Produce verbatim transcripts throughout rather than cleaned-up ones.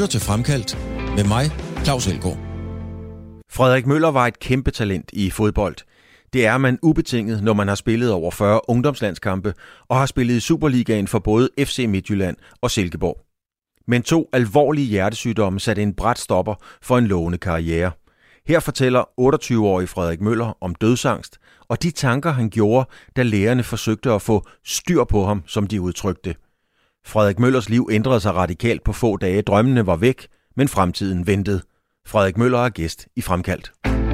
lytter til Fremkaldt med mig, Claus Elgaard. Frederik Møller var et kæmpe talent i fodbold. Det er man ubetinget, når man har spillet over fyrre ungdomslandskampe og har spillet i Superligaen for både F C Midtjylland og Silkeborg. Men to alvorlige hjertesygdomme satte en brat stopper for en lovende karriere. Her fortæller otteogtyve-årige Frederik Møller om dødsangst og de tanker, han gjorde, da lægerne forsøgte at få styr på ham, som de udtrykte. Frederik Møllers liv ændrede sig radikalt på få dage. Drømmene var væk, men fremtiden ventede. Frederik Møller er gæst i Fremkaldt.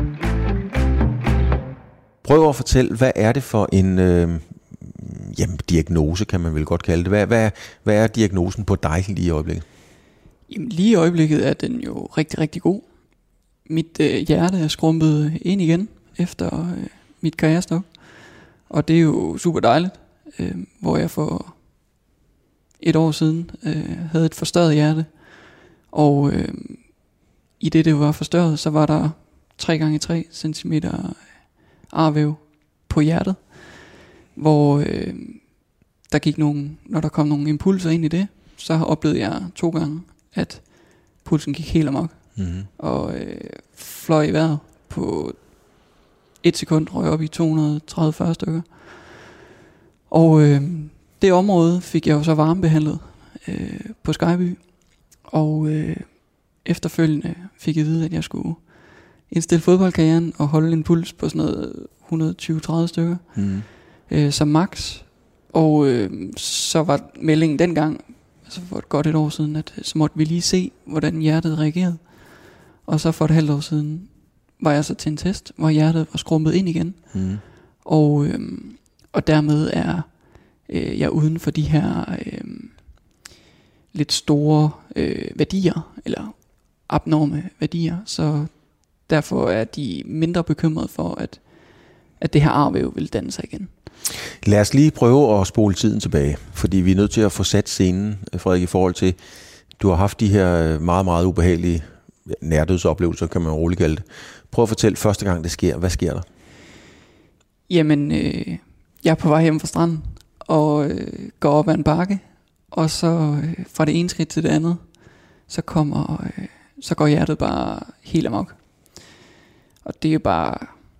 Prøv at fortælle, hvad er det for en øh, jamen, diagnose, kan man vel godt kalde det. Hvad, hvad, hvad er diagnosen på dig lige i øjeblikket? Jamen, lige i øjeblikket er den jo rigtig, rigtig god. Mit øh, hjerte er skrumpet ind igen efter øh, mit karrierestop. Og det er jo super dejligt, øh, hvor jeg for et år siden øh, havde et forstørret hjerte. Og øh, i det, det var forstørret, så var der tre gange tre centimeter arvæv på hjertet. Hvor øh, der gik nogle, når der kom nogle impulser ind i det, så oplevede jeg to gange, at pulsen gik helt amok. Mm-hmm. Og øh, fløj i vejret på et sekund, røg op i to hundrede og tredive til fyrre stykker. Og øh, det område fik jeg jo så varmebehandlet øh, på Skyby. Og øh, efterfølgende fik jeg at vide, at jeg skulle indstille fodboldkarrieren og holde en puls på sådan noget et hundrede og tyve til tredive stykker mm. øh, som max. Og øh, så var meldingen dengang, altså for et godt et år siden, at så måtte vi lige se, hvordan hjertet reagerede. Og så for et halvt år siden var jeg så til en test, hvor hjertet var skrumpet ind igen. Mm. Og, øh, og dermed er øh, jeg uden for de her øh, lidt store øh, værdier, eller abnorme værdier. Så derfor er de mindre bekymrede for, at, at det her arvæv vil danne sig igen. Lad os lige prøve at spole tiden tilbage, fordi vi er nødt til at få sat scenen, Frederik, i forhold til, du har haft de her meget, meget ubehagelige nærdødsoplevelser, kan man roligt kalde det. Prøv at fortælle første gang, det sker. Hvad sker der? Jamen, øh, jeg er på vej hjem fra stranden, og øh, går op ad en bakke, og så øh, fra det ene skridt til det andet, så kommer, øh, så går hjertet bare helt amok. Og det er jo bare,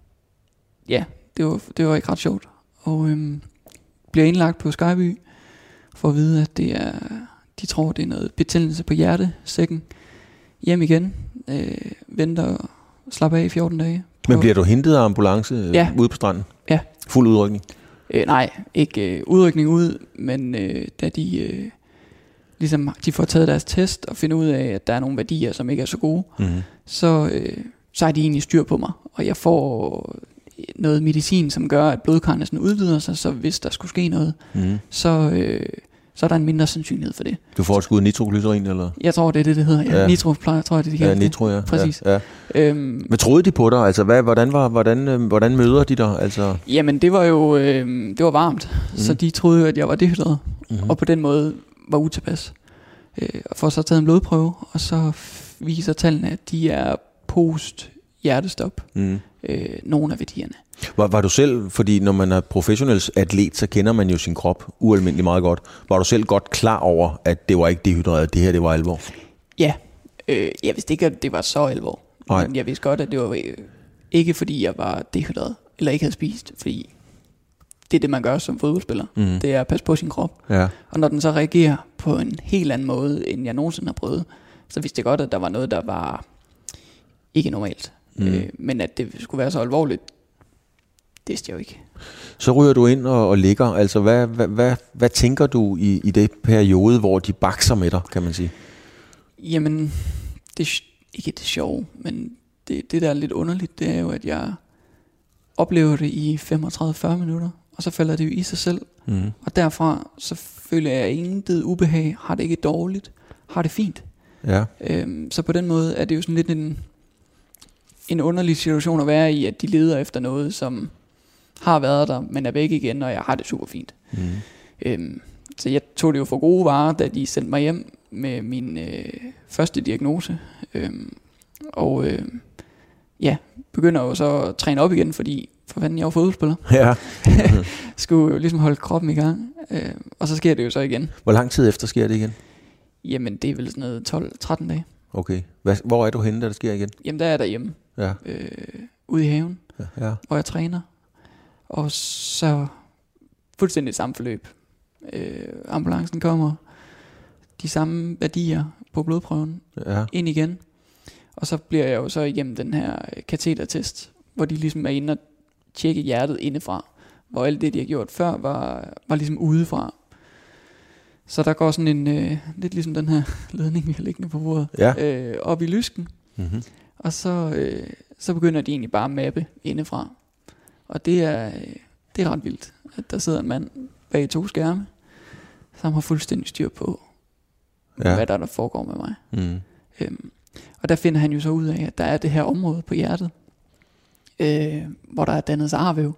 ja, det var, det var ikke ret sjovt. Og øhm, bliver indlagt på Skyby for at vide, at det er, de tror, det er noget betændelse på hjertesækken. Hjem igen, øh, venter og slapper af i fjorten dage. Men bliver du hentet af ambulance ja. ude på stranden? Ja. Fuld udrykning? Øh, nej, ikke øh, udrykning ud, men øh, da de, øh, ligesom, de får taget deres test og finder ud af, at der er nogle værdier, som ikke er så gode, mm-hmm. så, øh, så er de egentlig styr på mig. Og jeg får noget medicin, som gør, at blodkarrene sådan udvider sig, så hvis der skulle ske noget, mm. så, øh, så er der en mindre sandsynlighed for det. Du får et skud nitroglycerin, eller? Jeg tror, det er det, det hedder. Ja. Ja. Nitro, plejer, tror jeg, det er det. Ja, nitro, ja. Præcis. Ja, ja. Øhm, Men troede de på dig? Altså, hvad, hvordan, var, hvordan, øh, hvordan møder de dig? Altså? Jamen, det var jo øh, det var varmt, mm. så de troede jo, at jeg var dehydreret, mm. og på den måde var utilpas. Øh, og får så taget en blodprøve, og så viser tallene, at de er post-hjertestop. Mm. Øh, nogle af værdierne. Var, var du selv, fordi når man er professionel atlet, så kender man jo sin krop ualmindeligt meget godt. Var du selv godt klar over, at det var ikke dehydreret, det her det var alvor? Ja, øh, jeg vidste ikke, at det var så alvor. Nej. Men jeg vidste godt, at det var ikke fordi jeg var dehydreret, eller ikke havde spist, fordi det er det, man gør som fodboldspiller. Mm. Det er at passe på sin krop. Ja. Og når den så reagerer på en helt anden måde, end jeg nogensinde har prøvet, så vidste jeg godt, at der var noget, der var ikke normalt. Mm. Øh, men at det skulle være så alvorligt, det vidste jeg jo ikke. Så ryger du ind og, og ligger. Altså hvad, hvad, hvad, hvad tænker du i, i det periode, hvor de bakser med dig, kan man sige? Jamen, det er ikke det sjove, men det, det der er lidt underligt, det er jo, at jeg oplever det i femogtredive til fyrre minutter, og så falder det jo i sig selv. Mm. Og derfra så føler jeg intet ubehag, har det ikke dårligt, har det fint. Ja. Øhm, så på den måde er det jo sådan lidt en en underlig situation at være i, at de leder efter noget, som har været der, men er væk igen, og jeg har det super fint. Mm. Øhm, så jeg tog det jo for gode varer, da de sendte mig hjem med min øh, første diagnose. Øhm, og øh, ja, begynder jo så at træne op igen, fordi for fanden, jeg var fodboldspiller. Ja. Skulle jo ligesom holde kroppen i gang. Øh, og så sker det jo så igen. Hvor lang tid efter sker det igen? Jamen, det er vel sådan noget tolv tretten dage. Okay. Hvad, hvor er du henne, da det sker igen? Jamen, der er jeg derhjemme. Ja. Øh, ude i haven, Ja, ja. hvor jeg træner. Og så fuldstændig samme forløb. Øh, ambulancen kommer, de samme værdier på blodprøven, Ja. ind igen. Og så bliver jeg jo så igennem den her katetertest, hvor de ligesom er inde og tjekke hjertet indefra. Hvor alt det, de har gjort før, var, var ligesom udefra. Så der går sådan en, øh, lidt ligesom den her ledning, vi har liggende på bordet, Ja. øh, op i lysken. Mm-hmm. Og så, øh, så begynder de egentlig bare at mappe indefra. Og det er, øh, det er ret vildt, at der sidder en mand bag to skærme, som har fuldstændig styr på, Ja. hvad der, der foregår med mig. Mm. Øhm, og der finder han jo så ud af, at der er det her område på hjertet, øh, hvor der er dannet sig arvæv.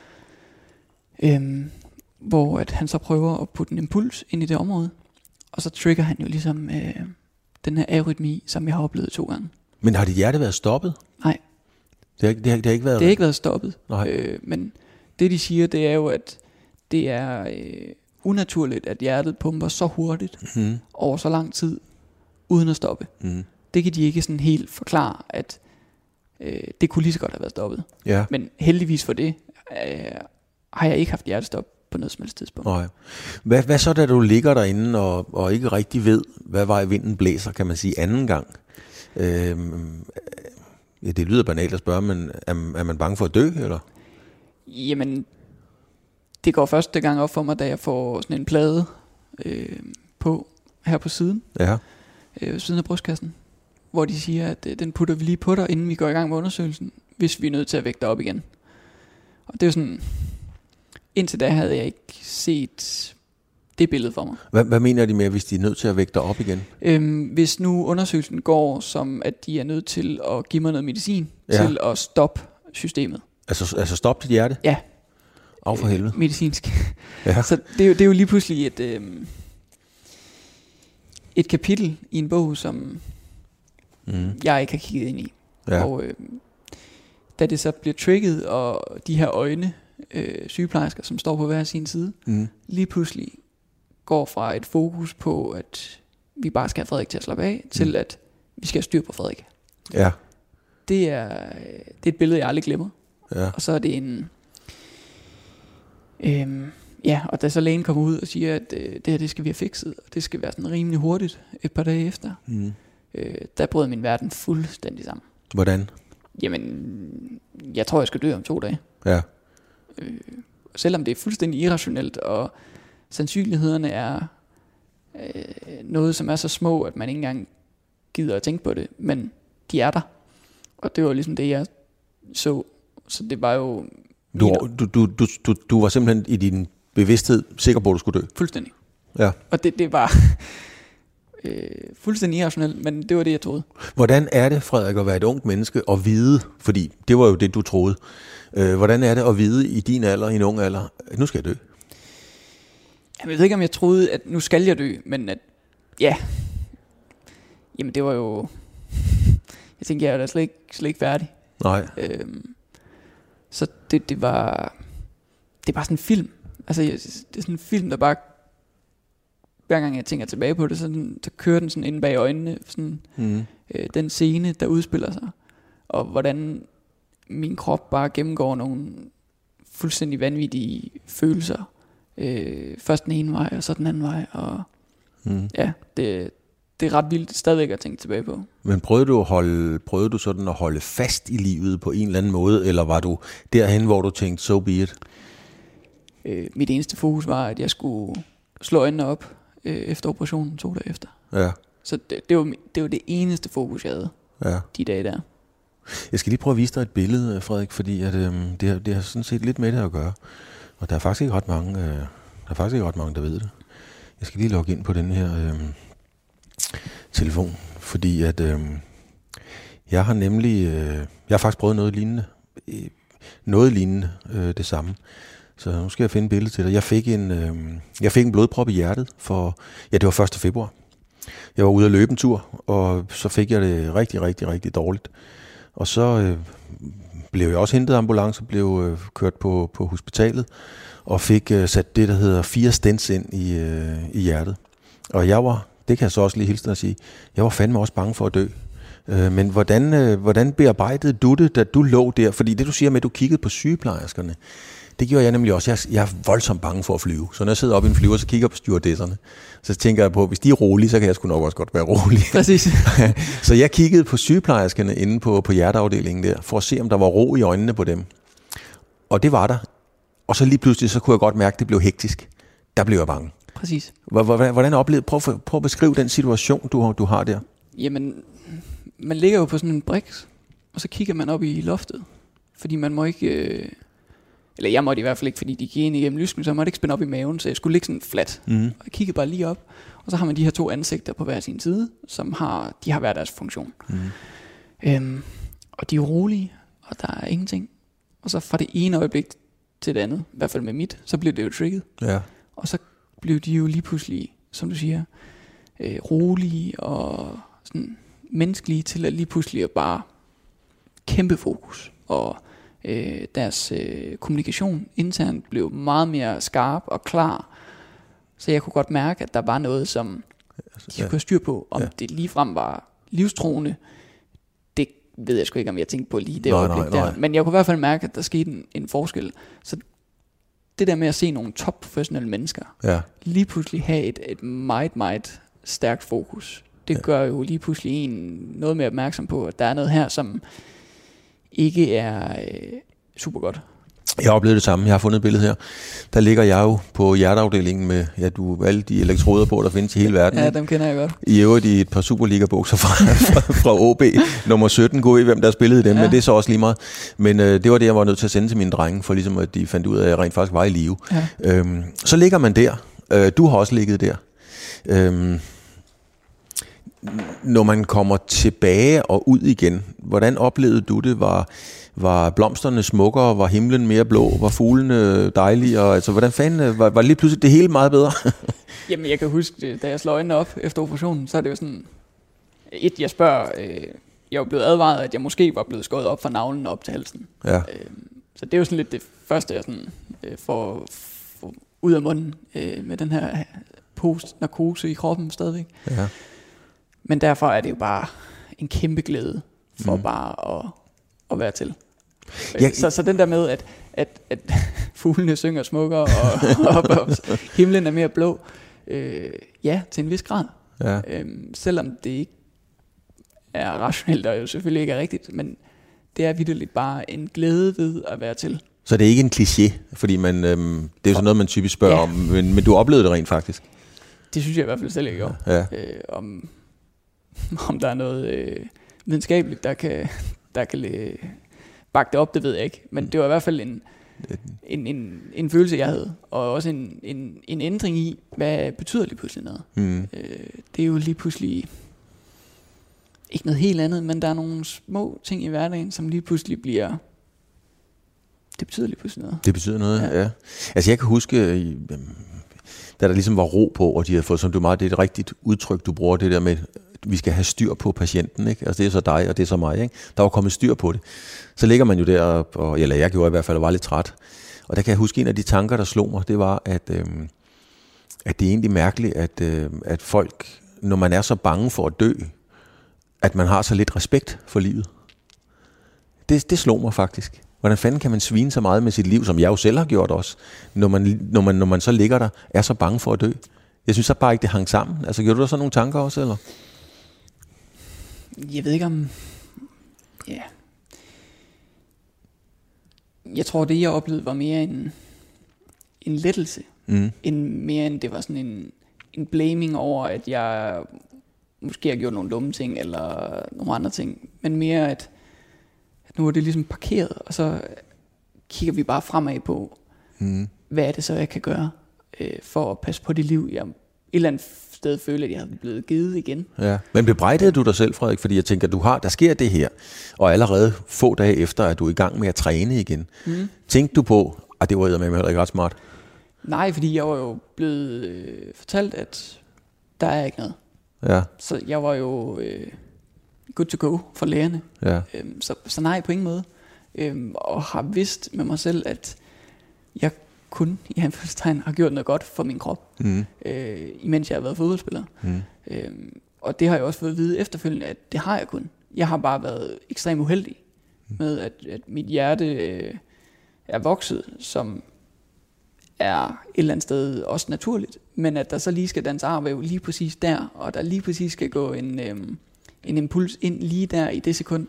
Øhm, hvor at han så prøver at putte en impuls ind i det område, og så trigger han jo ligesom øh, den her arytmi, som jeg har oplevet to gange. Men har dit hjerte været stoppet? Nej. Det har, ikke- det har, det har ikke været... Det har ikke været stoppet, Nej. øh, men det de siger, det er jo, at det er øh, unaturligt, at hjertet pumper så hurtigt Mm. over så lang tid, uden at stoppe. Mm. Det kan de ikke sådan helt forklare, at øh, det kunne lige så godt have været stoppet. Ja. Men heldigvis for det, øh, har jeg ikke haft hjertestop på noget som helst tidspunkt. Nej. Hvad, hvad så, da du ligger derinde og, og ikke rigtig ved, hvad vej vinden blæser, kan man sige, anden gang? Øhm, ja, det lyder banalt at spørge, men er, er man bange for at dø, eller? Jamen, det går første gang op for mig, da jeg får sådan en plade øh, på her på siden, Ja. øh, siden af brystkassen, hvor de siger, at øh, den putter vi lige på dig, inden vi går i gang med undersøgelsen, hvis vi er nødt til at vække dig op igen. Og det er jo sådan, indtil da havde jeg ikke set det billede for mig. Hvad, hvad mener de med, hvis de er nødt til at vække dig op igen? Øhm, hvis nu undersøgelsen går som, at de er nødt til at give mig noget medicin, Ja. til at stoppe systemet. Altså, altså stop dit hjerte? Ja. Af for helvede. Øh, medicinsk. Ja. Så det er, jo, det er jo lige pludselig et, øhm, et kapitel i en bog, som Mm. jeg ikke har kigget ind i. Ja. Og øhm, da det så bliver trigget, og de her øjne, øh, sygeplejersker, som står på hver sin side, Mm. lige pludselig går fra et fokus på, at vi bare skal have Frederik til at slappe af, til Mm. at vi skal have styr på Frederik. Ja. Det er, det er et billede, jeg aldrig glemmer. Ja. Og så er det en... Øhm, ja, og da så lægen kommer ud og siger, at øh, det her, det skal vi have fikset, og det skal være sådan rimelig hurtigt et par dage efter, Mm. øh, der brød min verden fuldstændig sammen. Hvordan? Jamen, jeg tror, jeg skal dø om to dage. Ja. Øh, selvom det er fuldstændig irrationelt, og sandsynlighederne er øh, noget, som er så små, at man ikke engang gider at tænke på det, men de er der. Og det var ligesom det, jeg så. Så det var jo Du, du, du, du, du, du var simpelthen i din bevidsthed sikker på, at du skulle dø? fuldstændig. Ja. Og det, det var øh, fuldstændig irrationelt, men det var det, jeg troede. Hvordan er det, Frederik, at være et ungt menneske og vide, fordi det var jo det, du troede, øh, hvordan er det at vide i din alder, i en ung alder, at nu skal jeg dø? Jamen, jeg ved ikke, om jeg troede, at nu skal jeg dø, men at, ja, jamen det var jo, jeg tænkte, jeg er da slet ikke, slet ikke færdig. Nej. Øhm, så det, det var, det var sådan en film. Altså, jeg, det er sådan en film, der bare, hver gang jeg tænker tilbage på det, så, den, så kører den sådan inde bag øjnene, sådan, Mm. øh, den scene, der udspiller sig, og hvordan min krop bare gennemgår nogle fuldstændig vanvittige følelser. Øh, først den ene vej, og så den anden vej, og Mm. ja, det, det er ret vildt stadigvæk at tænke tilbage på. Men prøvede du, at holde, prøvede du sådan at holde fast i livet på en eller anden måde, eller var du derhen, hvor du tænkte, so be it? Øh, mit eneste fokus var, at jeg skulle slå øjnene op øh, efter operationen to dage efter. Ja, Så det, det, var, det var det eneste fokus, jeg havde ja. de dage der. Jeg skal lige prøve at vise dig et billede, Frederik, fordi at, øhm, det, har, det har sådan set lidt med det at gøre. Og der er faktisk ikke ret mange, øh, der er faktisk ikke ret mange, der ved det. Jeg skal lige logge ind på den her øh, telefon, fordi at øh, jeg har nemlig, øh, jeg har faktisk prøvet noget lignende, øh, noget lignende øh, det samme. Så nu skal jeg finde et billede til dig. Jeg fik en, øh, jeg fik en blodprop i hjertet for, ja, det var første februar. Jeg var ude at løbe en tur, og så fik jeg det rigtig, rigtig, rigtig dårligt. Og så øh, blev jeg også hentet af ambulance og blev øh, kørt på, på hospitalet, og fik øh, sat det, der hedder fire stents ind i, øh, i hjertet. Og jeg var Det kan jeg så også lige hilse dig at sige. Jeg var fandme også bange for at dø. Øh, men hvordan, øh, hvordan bearbejdede du det, da du lå der? Fordi det, du siger med, at du kiggede på sygeplejerskerne, det gjorde jeg nemlig også. Jeg, jeg er voldsomt bange for at flyve. Så når jeg sidder oppe i en flyver, så kigger jeg på stewardesserne. Så tænker jeg på, hvis de er rolige, så kan jeg sgu nok også godt være rolig. Præcis. Så jeg kiggede på sygeplejerskerne inde på, på hjerteafdelingen der, for at se, om der var ro i øjnene på dem. Og det var der. Og så lige pludselig, så kunne jeg godt mærke, at det blev hektisk. Der blev jeg bange. Præcis. Hvordan oplevede, prøv, prøv at beskrive den situation, du, du har der. Jamen, man ligger jo på sådan en briks, og så kigger man op i loftet. Fordi man må ikke... Øh, eller jeg måtte i hvert fald ikke, fordi de gik ind igennem lysken, så jeg måtte ikke spænde op i maven, så jeg skulle ligge sådan fladt. Mm. Og jeg kiggede bare lige op, og så har man de her to ansigter på hver sin side, som har, de har hver deres funktion. Mm. Øhm, og de er rolige, og der er ingenting. Og så fra det ene øjeblik til det andet, i hvert fald med mit, så blev det jo trigget. Ja. Og så blev de jo lige pludselig, som du siger, øh, rolige og sådan menneskelige til at lige pludselig bare kæmpe fokus. Og øh, deres øh, kommunikation internt blev meget mere skarp og klar. Så jeg kunne godt mærke, at der var noget, som de kunne have styr på. Om ja. det ligefrem var livstruende, det ved jeg sgu ikke, om jeg tænkte på lige det nej, øjeblik nej, nej. der. Men jeg kunne i hvert fald mærke, at der skete en, en forskel. Så det der med at se nogle top professionelle mennesker, ja. lige pludselig have et, et meget, meget stærkt fokus, det ja. gør jo lige pludselig en noget mere opmærksom på, at der er noget her, som ikke er øh, super godt. Jeg har oplevet det samme. Jeg har fundet et billede her. Der ligger jeg jo på hjerteafdelingen med ja, du, alle de elektroder på, der findes i hele verden. Ja, dem kender jeg godt. I øvrigt i et par Superliga-bukser fra, fra, fra O B. Nummer sytten, gå i, hvem der spillede i dem, ja. Men det er så også lige meget. Men øh, det var det, jeg var nødt til at sende til mine drenge, for ligesom at de fandt ud af, at jeg rent faktisk var i live. Ja. Øhm, så ligger man der. Øh, du har også ligget der. Øhm, når man kommer tilbage og ud igen, hvordan oplevede du det? Var, var blomsterne smukkere? Var himlen mere blå? Var fuglene dejligere? Altså, hvordan fanden var, var lige pludselig det hele meget bedre? Jamen, jeg kan huske, da jeg slår øjnene op efter operationen, så er det jo sådan... Et, jeg spørger... Øh, jeg var blevet advaret, at jeg måske var blevet skåret op fra navlen op til halsen. Ja. Øh, så det er jo sådan lidt det første, jeg sådan, øh, får, får ud af munden øh, med den her post-narkose i kroppen stadigvæk. Ja. Men derfor er det jo bare en kæmpe glæde for mm. bare at, at være til. Ja, så, så den der med, at, at, at fuglene synger smukkere, og, og, og himlen er mere blå, øh, ja, til en vis grad. Ja. Øhm, selvom det ikke er rationelt, og jo selvfølgelig ikke er rigtigt, men det er vitterligt bare en glæde ved at være til. Så det er ikke en kliché, fordi man, øhm, det er jo sådan noget, man typisk spørger ja. om, men, men du oplevede det rent faktisk? Det synes jeg i hvert fald selv, jeg gjorde. Ja. Øh, om... Om der er noget øh, videnskabeligt, der kan, der kan øh, bakke det op, det ved jeg ikke. Men det var i hvert fald en, en, en, en følelse, jeg havde. Og også en, en, en ændring i, hvad betyder lige pludselig noget. Mm. Øh, det er jo lige pludselig ikke noget helt andet, men der er nogle små ting i hverdagen, som lige pludselig bliver... Det betyder lige pludselig noget. Det betyder noget, ja. ja. Altså jeg kan huske... Da der ligesom var ro på, og de havde fået, som du meget, det er et rigtigt udtryk, du bruger, det der med, vi skal have styr på patienten, ikke? Altså det er så dig, og det er så mig, ikke? Der var kommet styr på det. Så ligger man jo der, og, eller jeg gjorde i hvert fald, og var lidt træt. Og der kan jeg huske, en af de tanker, der slog mig, det var, at, øh, at det er egentlig mærkeligt, at, øh, at folk, når man er så bange for at dø, at man har så lidt respekt for livet. Det, det slog mig faktisk. Hvordan fanden kan man svine så meget med sit liv, som jeg jo selv har gjort også, når man, når man, når man så ligger der, er så bange for at dø? Jeg synes så bare ikke, det hang sammen. Altså, gjorde du så nogle tanker også, eller? Jeg ved ikke om... Ja. Jeg tror, det jeg oplevede var mere en, en lettelse, mm. end mere end det var sådan en, en blaming over, at jeg måske har gjort nogle dumme ting, eller nogle andre ting, men mere at nu er det ligesom parkeret, og så kigger vi bare fremad på, mm. hvad er det så, jeg kan gøre, øh, for at passe på det liv, jeg et eller andet sted føler, at jeg har blevet givet igen. Ja. Men bebrejdede du dig selv, Frederik? Fordi jeg tænker, du har, der sker det her, og allerede få dage efter, at du er i gang med at træne igen. Mm. Tænkte du på, at det var jeg med mig heller ikke ret smart? Nej, fordi jeg var jo blevet øh, fortalt, at der er ikke noget. Ja. Så jeg var jo... Øh, good to go for lægerne. Ja. Øhm, så, så nej, på ingen måde. Øhm, og har vidst med mig selv, at jeg kun i anførselstegn har gjort noget godt for min krop, Mm. øh, imens jeg har været fodboldspiller. Mm. Øh, og det har jeg også fået at vide efterfølgende, at det har jeg kun. Jeg har bare været ekstremt uheldig mm. med, at, at mit hjerte øh, er vokset, som er et eller andet sted også naturligt, men at der så lige skal danse arvæv lige præcis der, og der lige præcis skal gå en, øhm, en impuls ind lige der i det sekund.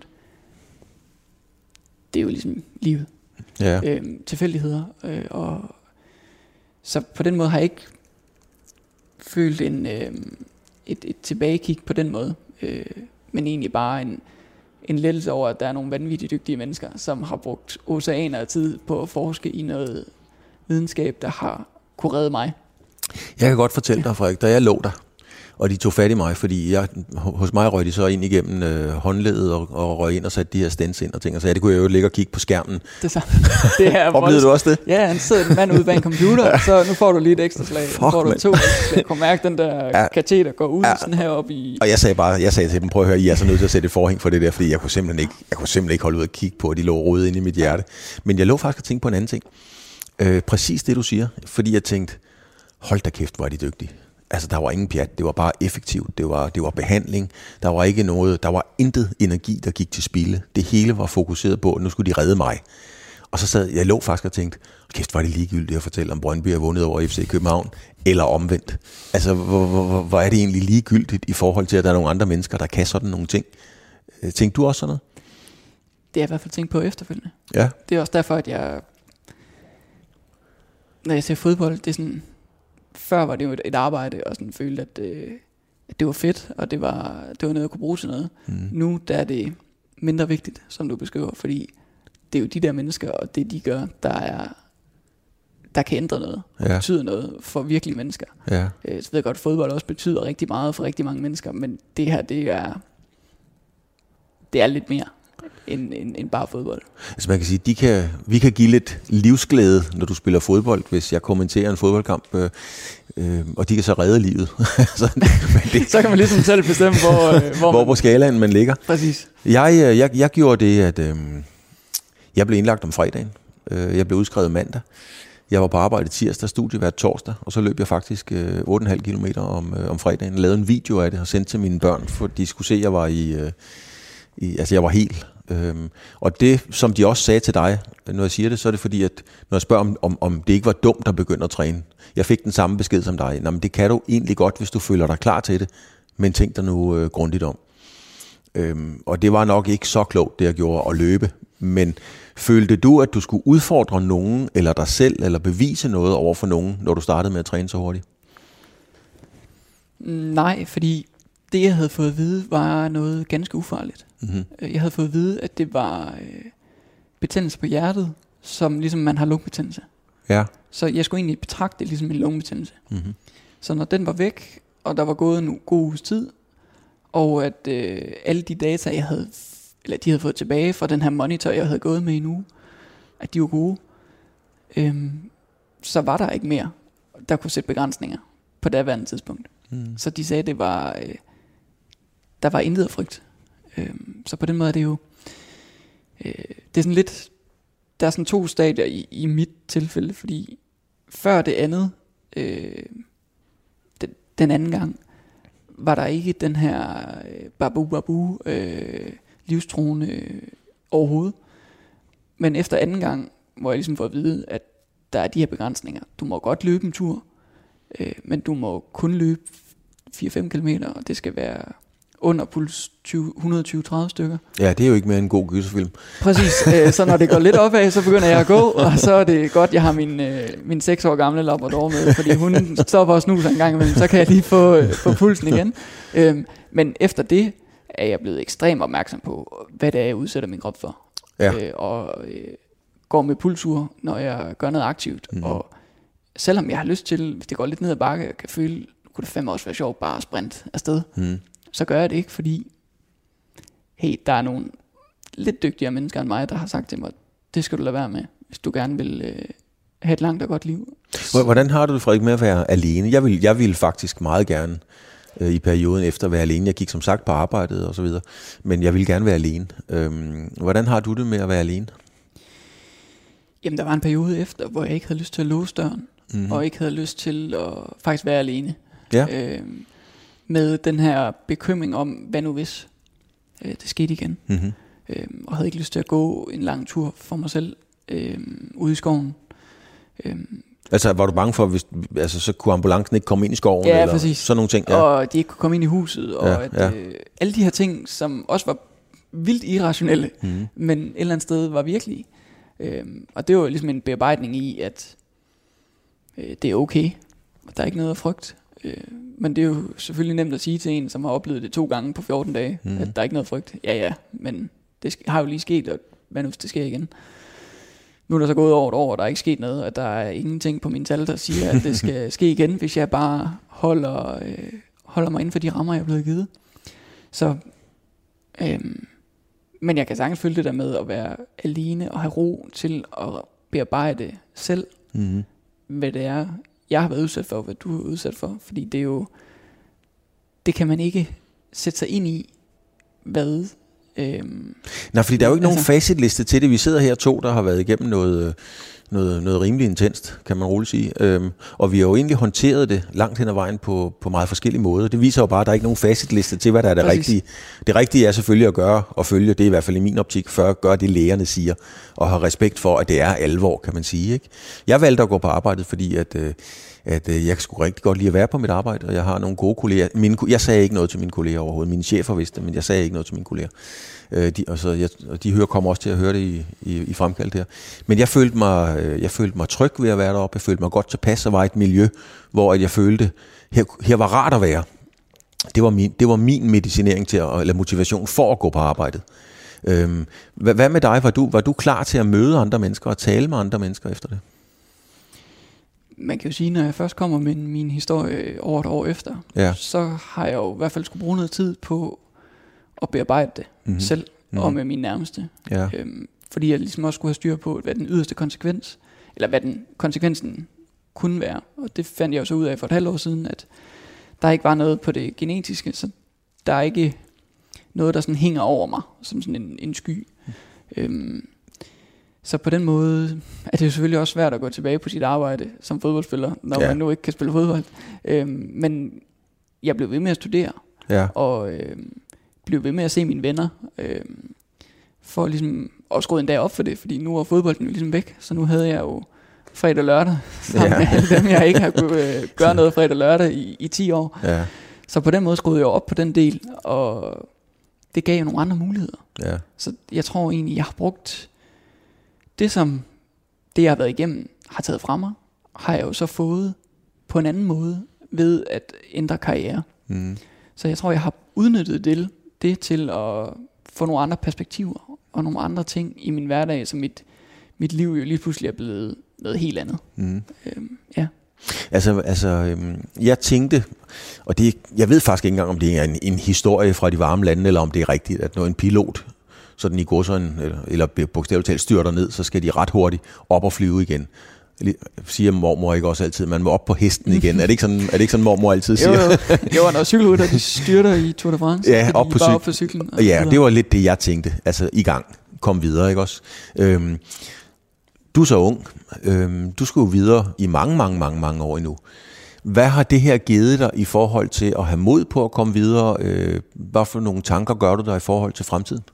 Det er jo ligesom livet. Ja. Øhm, tilfældigheder. Øh, og så på den måde har jeg ikke følt en, øhm, et, et tilbagekig på den måde, øh, men egentlig bare en, en lettelse over, at der er nogle vanvittigt dygtige mennesker, som har brugt oceaner af tid på at forske i noget videnskab, der har kunne redde mig. Jeg kan godt fortælle dig, Frederik, da jeg lå der, og de tog fat i mig, fordi jeg, hos mig røg de så ind igennem øh, håndledet og, og røg ind og satte de her stents ind og ting, og så ja, det kunne jeg jo ligge og kigge på skærmen. Det så. Det er oplevede du også det? Ja, han sidder en mand ude bag en computer, ja. Så nu får du lige et ekstra slag. Fuck, nu får du man. to. Jeg kunne mærke, den der ja. kateter går ud ja. sådan heroppe i... Og jeg sagde bare, jeg sagde til dem, prøv at høre, I er så nødt til at sætte et forhæng for det der, fordi jeg kunne simpelthen ikke, jeg kunne simpelthen ikke holde ud og kigge på, at de lå rodet inde i mit hjerte. Men jeg lå faktisk og tænkte på en anden ting. Øh, præcis det, du siger, fordi jeg tænkte, hold da kæft, hvor er de dygtige. Altså, der var ingen pjat, det var bare effektivt, det var, det var behandling, der var ikke noget, der var intet energi, der gik til spilde. Det hele var fokuseret på, at nu skulle de redde mig. Og så sad jeg lå faktisk og tænkte, kæft, var det ligegyldigt at fortælle, om Brøndby har vundet over F C København, eller omvendt. Altså, hvor, hvor, hvor er det egentlig ligegyldigt i forhold til, at der er nogle andre mennesker, der kan sådan nogle ting. Tænkte du også sådan noget? Det har jeg i hvert fald tænkt på efterfølgende. Ja. Det er også derfor, at jeg... Når jeg ser fodbold, det er sådan... Før var det jo et, et arbejde, og sådan følte, at, øh, at det var fedt, og det var, det var noget, jeg kunne bruge til noget. Mm. Nu der er det mindre vigtigt, som du beskriver, fordi det er jo de der mennesker, og det de gør, der er der kan ændre noget, og ja. betyder noget for virkelige mennesker. Ja. Øh, så ved jeg godt, at fodbold også betyder rigtig meget for rigtig mange mennesker, men det her, det er, det er lidt mere. End, end, end bare fodbold. Altså man kan sige, de kan, vi kan give lidt livsglæde, når du spiller fodbold, hvis jeg kommenterer en fodboldkamp, øh, øh, og de kan så redde livet. så, det, så kan man ligesom selv bestemme, hvor, øh, hvor, hvor man... på skalaen man ligger. Præcis. Jeg, jeg, jeg gjorde det, at øh, jeg blev indlagt om fredagen. Øh, jeg blev udskrevet mandag. Jeg var på arbejde tirsdag, studievært torsdag, og så løb jeg faktisk øh, otte komma fem kilometer om, øh, om fredagen. Jeg lavede en video af det og sendte til mine børn, for de skulle se, at jeg var i... Øh, i altså jeg var helt. Øhm, og det, som de også sagde til dig, når jeg siger det, så er det fordi, at når jeg spørger, om, om, om det ikke var dumt at begynde at træne. Jeg fik den samme besked som dig. Nå, men det kan du egentlig godt, hvis du føler dig klar til det, men tænk dig nu øh, grundigt om. Øhm, og det var nok ikke så klogt, det jeg gjorde at løbe. Men følte du, at du skulle udfordre nogen, eller dig selv, eller bevise noget over for nogen, når du startede med at træne så hurtigt? Nej, fordi det, jeg havde fået at vide, var noget ganske ufarligt. Mm-hmm. Jeg havde fået at vide, at det var øh, betændelse på hjertet, som ligesom man har lungebetændelse. Ja. Så jeg skulle egentlig betragte det ligesom en lungebetændelse. Mm-hmm. Så når den var væk, og der var gået en god uges tid, og at øh, alle de data, jeg havde, eller de havde fået tilbage fra den her monitor, jeg havde gået med i en uge, at de var gode, øh, så var der ikke mere, der kunne sætte begrænsninger på det daværende tidspunkt. Mm. Så de sagde, at det var, øh, der var intet af frygt. Øh, så på den måde er det jo, øh, det er sådan lidt, der er sådan to stadier i, i mit tilfælde, fordi før det andet, øh, den, den anden gang, var der ikke den her øh, babu babu øh, livstruende øh, overhovedet. Men efter anden gang, hvor jeg ligesom får at vide, at der er de her begrænsninger. Du må godt løbe en tur, øh, men du må kun løbe fire til fem kilometer, og det skal være under puls tyve, et hundrede og tyve til tredive stykker. Ja, det er jo ikke mere en god gyserfilm. Præcis, øh, så når det går lidt opad, så begynder jeg at gå, og så er det godt, jeg har min, øh, min seks år gamle labrador med, fordi hun stopper og snuser en gang imellem, så kan jeg lige få, øh, få pulsen igen. Øh, men efter det er jeg blevet ekstremt opmærksom på, hvad det er, jeg udsætter min krop for. Ja. Øh, og øh, går med pulsur, når jeg gør noget aktivt. Mm. Og selvom jeg har lyst til, hvis det går lidt ned ad bakke, jeg kan føle, kunne det fandme også være sjovt bare at sprinte afsted. Mm. Så gør jeg det ikke, fordi hey, der er nogle lidt dygtigere mennesker end mig, der har sagt til mig, det skal du lade være med, hvis du gerne vil øh, have et langt og godt liv. Hvordan har du det, Frederik, med at være alene? Jeg vil, jeg vil faktisk meget gerne øh, i perioden efter være alene. Jeg gik som sagt på arbejdet og så videre, men jeg vil gerne være alene. Øhm, hvordan har du det med at være alene? Jamen, der var en periode efter, hvor jeg ikke havde lyst til at låse døren, mm-hmm. og ikke havde lyst til at faktisk være alene. Ja. Øh, med den her bekymring om, hvad nu hvis øh, det skete igen. Mm-hmm. Øh, og havde ikke lyst til at gå en lang tur for mig selv øh, ude i skoven. Øh, Altså, var du bange for, hvis, altså, så kunne ambulancen ikke komme ind i skoven? Ja, eller præcis. Sådan nogle ting? Ja. Og de ikke kunne komme ind i huset, og Ja, at, ja. øh, alle de her ting, som også var vildt irrationelle, mm. men et eller andet sted var virkelige. Øh, og det var ligesom en bearbejdning i, at øh, det er okay, og der er ikke noget at frygte. Øh, men det er jo selvfølgelig nemt at sige til en, som har oplevet det to gange på fjorten dage, mm. at der er ikke noget at frygte. Ja, ja, men det har jo lige sket, og hvad nu hvis det sker igen? Nu er der så gået over et år, og der er ikke sket noget, og der er ingenting på mine tal, der siger, at det skal ske igen, hvis jeg bare holder, øh, holder mig inden for de rammer, jeg er blevet givet. Så, øhm, men jeg kan sagtens følge det der med at være alene og have ro til at bearbejde selv, mm-hmm. hvad det er, jeg har været udsat for, hvad du er udsat for. Fordi det er jo, det kan man ikke sætte sig ind i, hvad... Øhm, Nej, fordi der er jo ikke altså, nogen facitliste til det. Vi sidder her to, der har været igennem noget, noget, noget rimelig intenst, kan man roligt sige. Øhm, og vi har jo egentlig håndteret det langt hen ad vejen på, på meget forskellige måder. Det viser jo bare, at der er ikke nogen facitliste til, hvad der er det rigtige. Det rigtige er selvfølgelig at gøre og følge, det er i hvert fald i min optik, før at gøre det lægerne siger, og have respekt for, at det er alvor, kan man sige. Ikke? Jeg valgte at gå på arbejdet, fordi at... Øh, at øh, jeg skulle rigtig godt lide at være på mit arbejde, og jeg har nogle gode kolleger. Mine, jeg sagde ikke noget til mine kolleger overhovedet. Mine chefer vidste det, men jeg sagde ikke noget til mine kolleger. Øh, de, og så jeg, og de hører, kommer også til at høre det i, i, i fremkaldet her. Men jeg følte, mig, øh, jeg følte mig tryg ved at være deroppe. Jeg følte mig godt tilpas, og var et miljø, hvor at jeg følte, her, her var rart at være. Det var min, det var min medicinering til at, eller motivation for at gå på arbejdet. Øh, hvad, hvad med dig? Var du, var du klar til at møde andre mennesker og tale med andre mennesker efter det? Man kan jo sige, når jeg først kommer med min historie over et år efter, ja. så har jeg jo i hvert fald skulle bruge noget tid på at bearbejde det mm-hmm. selv mm-hmm. og med min nærmeste. Ja. Øhm, fordi jeg ligesom også skulle have styr på, hvad den yderste konsekvens, eller hvad den konsekvensen kunne være. Og det fandt jeg jo så ud af for et halvt år siden, at der ikke var noget på det genetiske, så der er ikke noget, der sådan hænger over mig, som sådan en, en sky. Mm. Øhm, Så på den måde er det jo selvfølgelig også svært at gå tilbage på sit arbejde som fodboldspiller, når ja. man nu ikke kan spille fodbold. Øhm, men jeg blev ved med at studere, ja. og øhm, blev ved med at se mine venner, øhm, for ligesom at skrue en dag op for det, fordi nu er fodbolden jo ligesom væk, så nu havde jeg jo fredag og lørdag, sammen ja. med alle dem, jeg ikke har kunnet øh, gøre noget fredag og lørdag i, i ti år. Ja. Så på den måde skruede jeg op på den del, og det gav jo nogle andre muligheder. Ja. Så jeg tror egentlig, jeg har brugt... Det som det jeg har været igennem har taget fra mig, har jeg jo så fået på en anden måde ved at ændre karriere. Mm. Så jeg tror jeg har udnyttet det, det til at få nogle andre perspektiver og nogle andre ting i min hverdag, så mit, mit liv jo lige pludselig er blevet noget helt andet. Mm. Øhm, ja. Altså, altså øhm, jeg tænkte, og det, jeg ved faktisk ikke engang om det er en, en historie fra de varme lande, eller om det er rigtigt, at når en pilot sådan i godsøjne, eller, eller bogstaveligt talt styrter ned, så skal de ret hurtigt op og flyve igen. Siger mormor ikke også altid, man må op på hesten igen. Er det ikke sådan, er det ikke sådan mormor altid siger? Jo, jo. jo når cykelrytter, de styrter i Tour de France, ja, op på, bare cyk- op på cyklen. Ja, det var lidt det, jeg tænkte. Altså i gang, kom videre, ikke også? Øhm, du er så ung. Øhm, du skal jo videre i mange, mange, mange, mange år endnu. Hvad har det her givet dig i forhold til at have mod på at komme videre? Øh, hvad for nogle tanker gør du dig i forhold til fremtiden?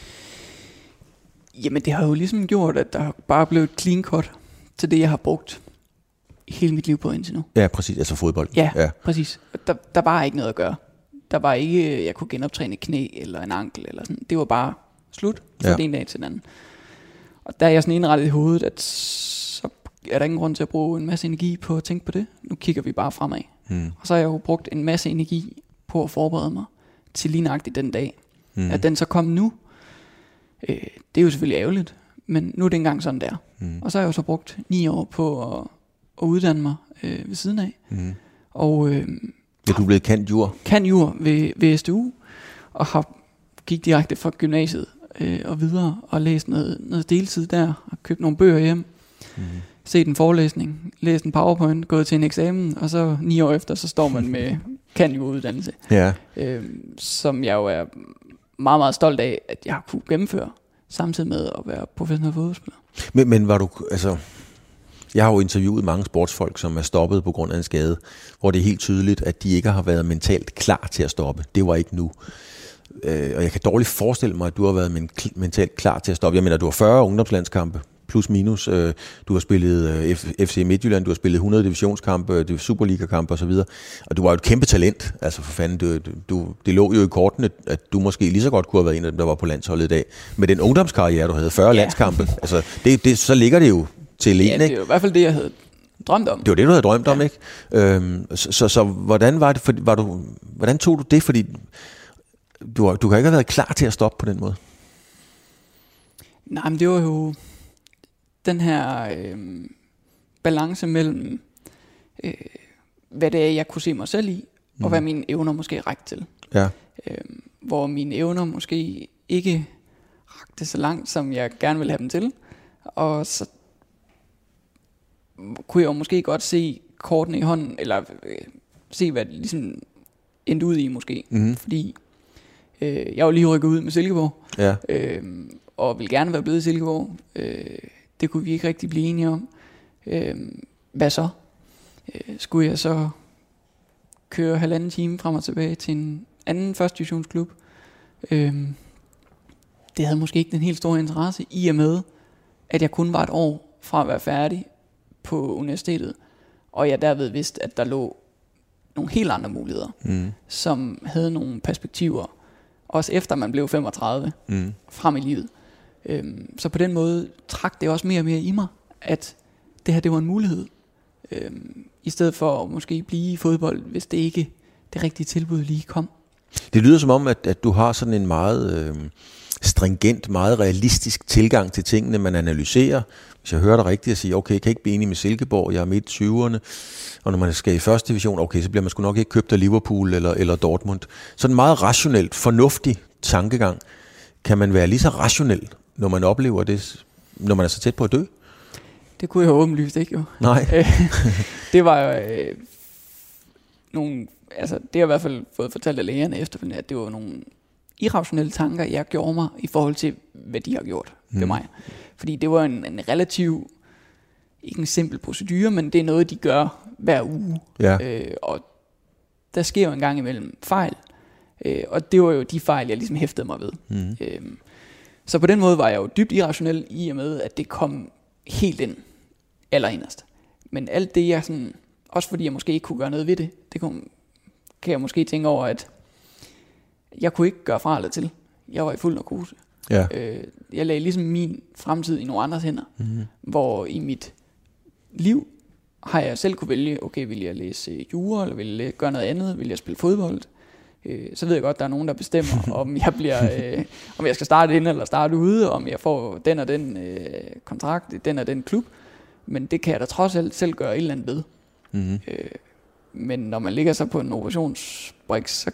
Jamen det har jo ligesom gjort, at der bare blev et clean cut til det, jeg har brugt hele mit liv på indtil nu. Ja, præcis. Altså fodbold. Ja, ja. præcis. Der, der var ikke noget at gøre. Der var ikke, jeg kunne genoptræne knæ eller en ankel eller sådan. Det var bare slut fra ja. den ene dag til den anden. Og der er jeg sådan indrettet i hovedet, at så er der ingen grund til at bruge en masse energi på at tænke på det. Nu kigger vi bare fremad. Hmm. Og så har jeg jo brugt en masse energi på at forberede mig til lige nøjagtigt den dag. Hmm. At den så kom nu, øh, det er jo selvfølgelig ærgerligt, men nu er det engang sådan der. Hmm. Og så har jeg jo så brugt ni år på at, at uddanne mig øh, ved siden af. Hmm. Og øh, ja, du er blevet kendt jur. Kendt jur ved, ved S D U, og har gik direkte fra gymnasiet øh, og videre, og læst noget, noget deltid der, og købt nogle bøger hjem, hmm. set en forelæsning, læst en PowerPoint, gået til en eksamen, og så ni år efter, så står man med kendt jur-uddannelse, ja. øh, som jeg jo er meget, meget stolt af, at jeg har kunne gennemføre. samtidig med at være professionel fodboldspiller. Men, men var du, altså, jeg har jo interviewet mange sportsfolk, som er stoppet på grund af en skade, hvor det er helt tydeligt, at de ikke har været mentalt klar til at stoppe. Det var ikke nu. Øh, og jeg kan dårligt forestille mig, at du har været men- mentalt klar til at stoppe. Jeg mener, du har fyrre ungdomslandskampe, plus minus. Øh, du har spillet øh, F C Midtjylland, du har spillet hundrede divisionskampe, Superliga-kampe osv. Og du var jo et kæmpe talent. Altså for fanden, du, du, det lå jo i kortene, at du måske lige så godt kunne have været en af dem, der var på landsholdet i dag. Med den ungdomskarriere, du havde, fyrre ja. landskampe, altså, det, det, så ligger det jo til en, ja, det er jo i hvert fald det, jeg havde drømt om. Det var det, du havde drømt ja. om, ikke? Øhm, så, så, så hvordan var det, for, var du, hvordan tog du det? Fordi du, du kan ikke have været klar til at stoppe på den måde. Nej, men det var jo den her øh, balance mellem, øh, hvad det er, jeg kunne se mig selv i, mm. og hvad mine evner måske rækte til. Ja. Øh, hvor mine evner måske ikke rakte så langt, som jeg gerne ville have dem til. Og så kunne jeg jo måske godt se kortene i hånden, eller øh, se, hvad det ligesom endte ud i måske. Mm. Fordi øh, jeg var lige rykket ud med Silkeborg, ja. øh, og ville gerne være blevet i Silkeborg. Øh, det kunne vi ikke rigtig blive enige om. Øh, hvad så? Øh, skulle jeg så køre halvanden time frem og tilbage til en anden første divisionsklub? Øh, det havde måske ikke den helt store interesse, i og med, at jeg kun var et år fra at være færdig på universitetet, og jeg derved vidste, at der lå nogle helt andre muligheder, mm. som havde nogle perspektiver, også efter man blev femogtredive, mm. frem i livet. Øhm, så på den måde trak det også mere og mere i mig, at det her, det var en mulighed, øhm, i stedet for at måske blive i fodbold, hvis det ikke det rigtige tilbud lige kom. Det lyder som om, at, at du har sådan en meget øh, stringent, meget realistisk tilgang til tingene, man analyserer. Hvis jeg hører dig rigtigt at sige, okay, jeg kan ikke blive enig med Silkeborg, jeg er midt i tyverne, og når man skal i første division, okay, så bliver man sgu nok ikke købt af Liverpool eller, eller Dortmund. Sådan en meget rationelt, fornuftig tankegang. Kan man være lige så rationel, når man oplever det, når man er så tæt på at dø? Det kunne jeg åbenlyst ikke, jo. Nej. Det var jo øh, nogle, altså det har jeg i hvert fald fået fortalt af lægerne efterfølgende, at det var nogle irrationelle tanker, jeg gjorde mig i forhold til, hvad de har gjort mm. ved mig. Fordi det var en, en relativ, ikke en simpel procedure, men det er noget, de gør hver uge. Ja. Øh, og der sker jo en gang imellem fejl. Øh, og det var jo de fejl, jeg ligesom hæftede mig ved. Mm. Øh, så på den måde var jeg jo dybt irrationel i og med, at det kom helt ind, allerinderst. Men alt det, jeg sådan, også fordi jeg måske ikke kunne gøre noget ved det, det kom, kan jeg måske tænke over, at jeg kunne ikke gøre fra eller til. Jeg var i fuld narkose. Ja. Øh, jeg lagde ligesom min fremtid i nogle andres hænder, mm-hmm. hvor i mit liv har jeg selv kunne vælge, okay, vil jeg læse jura, eller vil jeg gøre noget andet, vil jeg spille fodbold? Øh, så ved jeg godt, der er nogen, der bestemmer, om jeg bliver, øh, om jeg skal starte inde eller starte ude, om jeg får den og den øh, kontrakt i den og den klub. Men det kan jeg da trods alt selv gøre et eller andet ved. Mm-hmm. Øh, men når man ligger så på en operationsbrik, så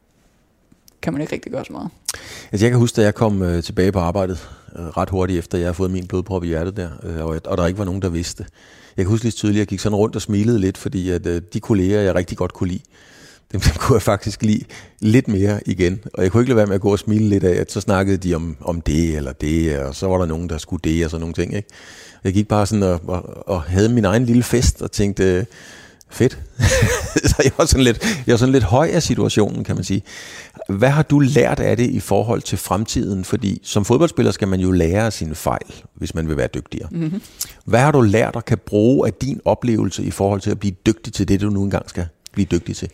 kan man ikke rigtig gøre så meget. Altså jeg kan huske, da jeg kom øh, tilbage på arbejdet øh, ret hurtigt efter, jeg havde fået min blodprop i hjertet der, øh, og, og der ikke var nogen, der vidste. Jeg kan huske lidt tydeligt, at jeg gik sådan rundt og smilede lidt, fordi at øh, de kolleger, jeg rigtig godt kunne lide, dem, dem kunne jeg faktisk lide lidt mere igen. Og jeg kunne ikke lade være med at gå og smile lidt af, at så snakkede de om, om det eller det, og så var der nogen, der skulle det og sådan nogle ting. Ikke? Jeg gik bare sådan og, og, og havde min egen lille fest og tænkte, øh, fedt. Så jeg var, sådan lidt, jeg var sådan lidt høj af situationen, kan man sige. Hvad har du lært af det i forhold til fremtiden? Fordi som fodboldspiller skal man jo lære af sine fejl, hvis man vil være dygtigere. Mm-hmm. Hvad har du lært og kan bruge af din oplevelse i forhold til at blive dygtig til det, du nu engang skal blive dygtig til?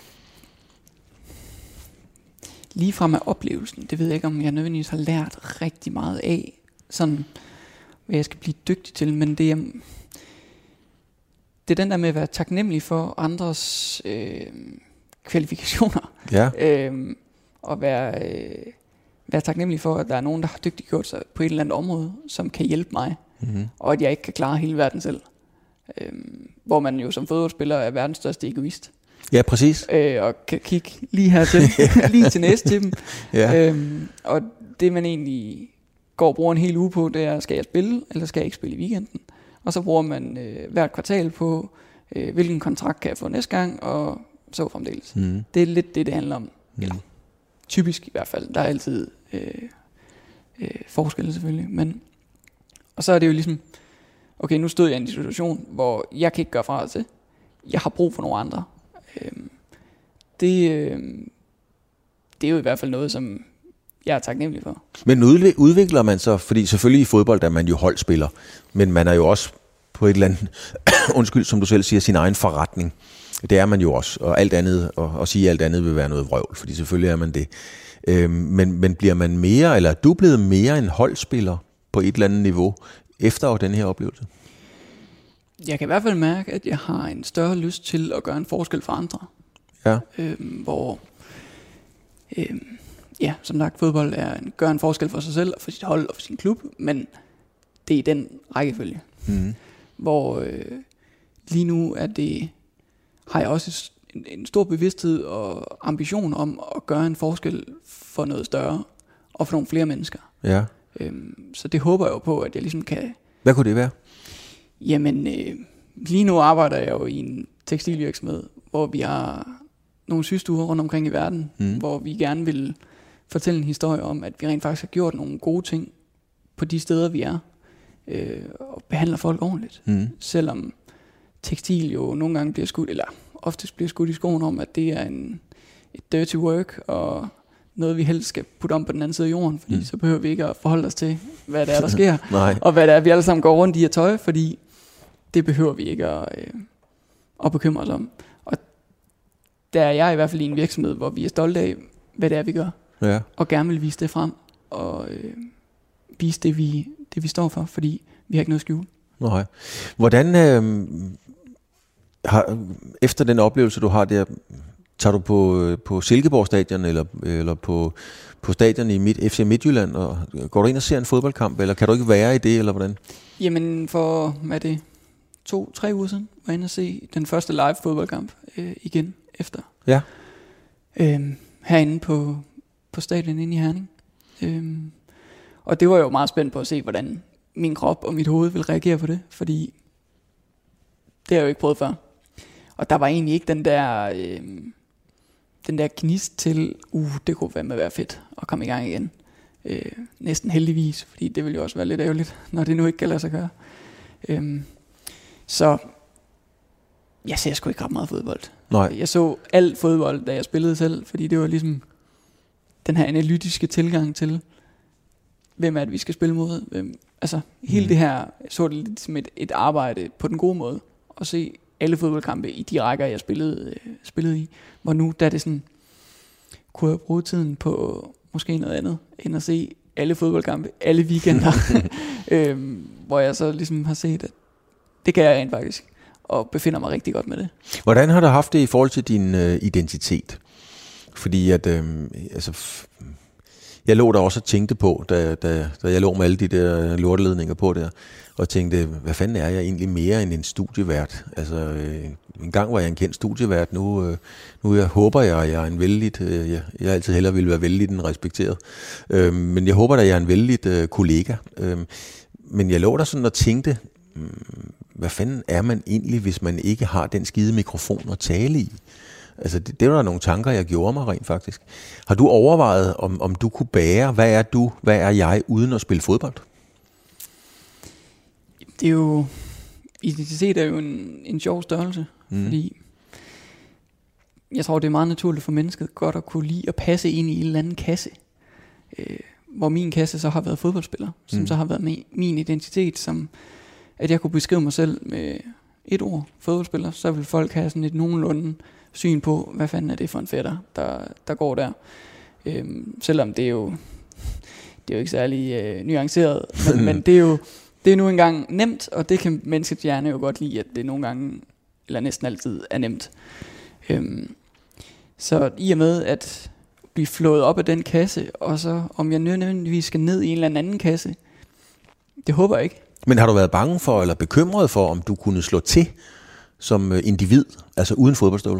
Lige fra med oplevelsen, det ved jeg ikke, om jeg nødvendigvis har lært rigtig meget af, sådan hvad jeg skal blive dygtig til, men det er, det er den der med at være taknemmelig for andres øh, kvalifikationer, ja. øh, og være, øh, være taknemmelig for, at der er nogen, der har dygtiggjort sig på et eller andet område, som kan hjælpe mig, mm-hmm. og at jeg ikke kan klare hele verden selv. Øh, hvor man jo som fodboldspiller er verdens største egoist. Ja, præcis. Øh, og kan kigge lige hertil, lige til næste til dem. Ja. Øhm, og det man egentlig går og bruger en hel uge på, det er, skal jeg spille, eller skal jeg ikke spille i weekenden? Og så bruger man øh, hvert kvartal på, øh, hvilken kontrakt kan jeg få næste gang, og så fremdeles. Mm. Det er lidt det, det handler om. Mm. Eller typisk i hvert fald. Der er altid øh, øh, forskelle selvfølgelig. Men, og så er det jo ligesom, okay, nu stod jeg i en situation, hvor jeg kan ikke gøre fra til. Jeg har brug for nogle andre. Øh, det, øh, det er jo i hvert fald noget, som jeg er taknemmelig for. Men udvikler man så, fordi selvfølgelig i fodbold er man jo holdspiller, men man er jo også på et eller andet, undskyld, som du selv siger, sin egen forretning. Det er man jo også, og alt andet, og at sige alt andet vil være noget vrøvl, fordi selvfølgelig er man det. Øhm, men, men bliver man mere, eller er du blevet mere en holdspiller på et eller andet niveau, efter den her oplevelse? Jeg kan i hvert fald mærke, at jeg har en større lyst til at gøre en forskel for andre. Ja. Øhm, hvor, øhm, ja, som sagt, fodbold er en, gør en forskel for sig selv, og for sit hold, og for sin klub, men det er i den rækkefølge. Mm. Hvor øh, lige nu er det, har jeg også en, en stor bevidsthed og ambition om at gøre en forskel for noget større, og for nogle flere mennesker. Ja. Øhm, så det håber jeg jo på, at jeg ligesom kan... Hvad kunne det være? Jamen, øh, lige nu arbejder jeg jo i en tekstilvirksomhed, hvor vi har nogle sygestuer rundt omkring i verden, mm. hvor vi gerne vil fortælle en historie om, at vi rent faktisk har gjort nogle gode ting på de steder, vi er, øh, og behandler folk ordentligt. Mm. Selvom tekstil jo nogle gange bliver skudt, eller oftest bliver skudt i skoen om, at det er en, et dirty work, og noget vi helst skal putte om på den anden side af jorden, fordi mm. så behøver vi ikke at forholde os til, hvad det er, der sker, og hvad det er, vi alle sammen går rundt i at tøj, fordi det behøver vi ikke at, øh, at bekymre os om. Og der er jeg i hvert fald i en virksomhed, hvor vi er stolte af, hvad det er, vi gør, ja. Og gerne vil vise det frem, og øh, vise det vi, det, vi står for, fordi vi har ikke noget skjul. Nej. Hvordan, øh, har, efter den oplevelse, du har der, tager du på, på Silkeborg stadion, eller, eller på, på stadion i Midt, F C Midtjylland, og går du ind og ser en fodboldkamp, eller kan du ikke være i det, eller hvordan? Jamen for, hvad er det, to, tre uger siden, var jeg inde og se den første live fodboldkamp øh, igen efter. Ja. Øhm, herinde på, på stadion inde i Herning. Øhm, og det var jo meget spændt på at se, hvordan min krop og mit hoved ville reagere på det, fordi det har jeg jo ikke prøvet før. Og der var egentlig ikke den der, øh, den der gnist til, uh, det kunne være med at være fedt at komme i gang igen. Øh, næsten heldigvis, fordi det ville jo også være lidt ærgerligt, når det nu ikke kan lade sig gøre. Øh, så jeg ser sgu ikke ret meget fodbold. Nej. Jeg så alt fodbold, da jeg spillede selv, fordi det var ligesom den her analytiske tilgang til, hvem er det, vi skal spille mod. Hvem, altså hele mm. det her, jeg så det lidt som et, et arbejde på den gode måde, og se alle fodboldkampe i de rækker, jeg spillede, øh, spillede i, hvor nu, da det sådan, kunne jeg bruge tiden på måske noget andet, end at se alle fodboldkampe, alle weekender, øhm, hvor jeg så ligesom har set, at det kan jeg rent faktisk, og befinder mig rigtig godt med det. Hvordan har du haft det i forhold til din øh, identitet? Fordi at, øh, altså, f- jeg lå der også og tænkte på, da, da, da jeg lå med alle de der lorteledninger på der, og tænkte, hvad fanden er jeg egentlig mere end en studievært? Altså, øh, en gang var jeg en kendt studievært, nu, øh, nu jeg håber jeg, at jeg er en vældigt, øh, jeg, jeg altid hellere ville være vældigt end respekteret, øh, men jeg håber, at jeg er en vældigt øh, kollega. Øh, men jeg lå der sådan og tænkte, øh, hvad fanden er man egentlig, hvis man ikke har den skide mikrofon at tale i? Altså, det, det var der nogle tanker, jeg gjorde mig rent faktisk. Har du overvejet, om, om du kunne bære, hvad er du, hvad er jeg, uden at spille fodbold? Det er jo, identitet er jo en, en sjov størrelse, mm. fordi jeg tror, det er meget naturligt for mennesket godt at kunne lide at passe ind i en eller anden kasse, øh, hvor min kasse så har været fodboldspiller, som mm. så har været med, min identitet, som at jeg kunne beskrive mig selv med et ord, fodboldspiller, så vil folk have sådan et nogenlunde syn på, hvad fanden er det for en fætter, der, der går der. Øhm, selvom det er jo, det er jo ikke særlig øh, nuanceret, men, men det er jo det er nu engang nemt, og det kan menneskets hjerne jo godt lide, at det nogle gange, eller næsten altid, er nemt. Øhm, så i og med at blive flået op af den kasse, og så om jeg nødvendigvis skal ned i en eller anden kasse, det håber jeg ikke. Men har du været bange for, eller bekymret for, om du kunne slå til som individ, altså uden fodboldstøvler?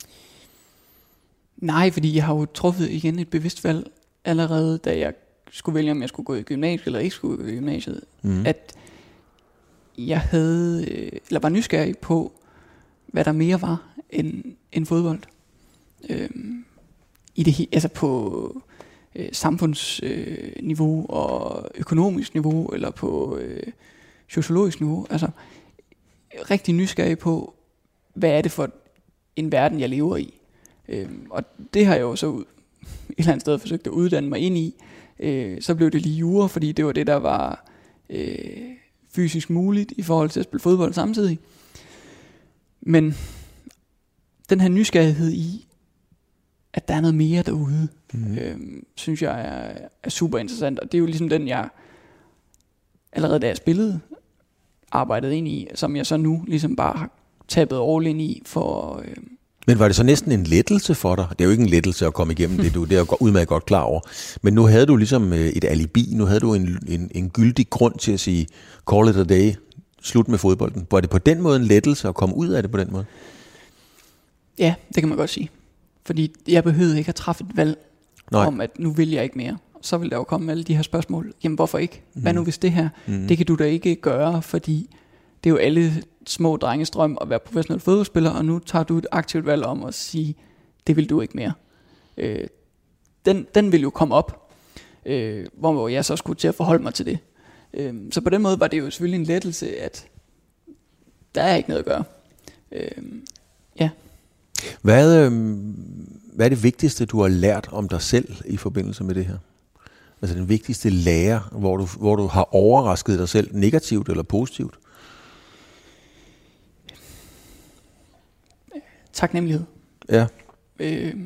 Nej, fordi jeg har jo truffet igen et bevidst valg, allerede da jeg skulle vælge, om jeg skulle gå i gymnasiet, eller ikke skulle gå i gymnasiet, mm. at jeg havde, eller var nysgerrig på, hvad der mere var end, end fodbold. Øhm, i det, altså på øh, samfundsniveau øh, og økonomisk niveau, eller på øh, sociologisk niveau. Altså rigtig nysgerrig på, hvad er det for en verden, jeg lever i. Øh, og det har jeg jo så ud, et eller andet sted forsøgt at uddanne mig ind i. Øh, så blev det lige jura, fordi det var det, der var øh, fysisk muligt i forhold til at spille fodbold samtidig. Men den her nysgerrighed i, at der er noget mere derude, mm-hmm. øh, synes jeg er, er super interessant. Og det er jo ligesom den, jeg allerede da jeg spillede, arbejdede ind i, som jeg så nu ligesom bare har tabet all ind i for... Øh, Men var det så næsten en lettelse for dig? Det er jo ikke en lettelse at komme igennem det, du det er jo udmærket godt klar over. Men nu havde du ligesom et alibi, nu havde du en, en, en gyldig grund til at sige, call it a day, slut med fodbolden. Var det på den måde en lettelse at komme ud af det på den måde? Ja, det kan man godt sige. Fordi jeg behøvede ikke at træffe et valg Nej. om, at nu vil jeg ikke mere. Så vil der jo komme alle de her spørgsmål. Jamen hvorfor ikke? Hvad nu hvis det her? Mm. Det kan du da ikke gøre, fordi det er jo alle små drenges drøm at være professionel fodboldspiller, og nu tager du et aktivt valg om at sige, det vil du ikke mere. Øh, den, den vil jo komme op, øh, hvor jeg så skulle til at forholde mig til det. Øh, så på den måde var det jo selvfølgelig en lettelse, at der er ikke noget at gøre. Øh, ja. Hvad, øh, hvad er det vigtigste, du har lært om dig selv i forbindelse med det her? Altså den vigtigste lære, hvor du, hvor du har overrasket dig selv, negativt eller positivt? Taknemmelighed. Ja. Øh,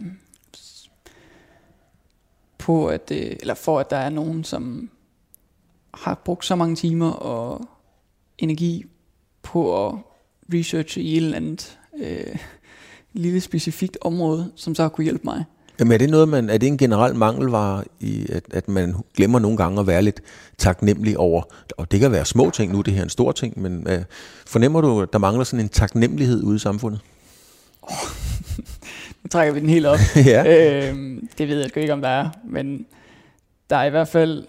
på at, øh, eller for at der er nogen, som har brugt så mange timer og energi på at researche i et eller andet øh, lille specifikt område, som så har kunne hjælpe mig. Jamen er det noget, man, er det en generel mangelvare i, at, at man glemmer nogle gange at være lidt taknemmelig over, og det kan være små ting, nu det her er en stor ting, men øh, fornemmer du, at der mangler sådan en taknemmelighed ude i samfundet? Oh, nu trækker vi den helt op. ja. øh, det ved jeg sgu ikke, om der er, men der er i hvert fald,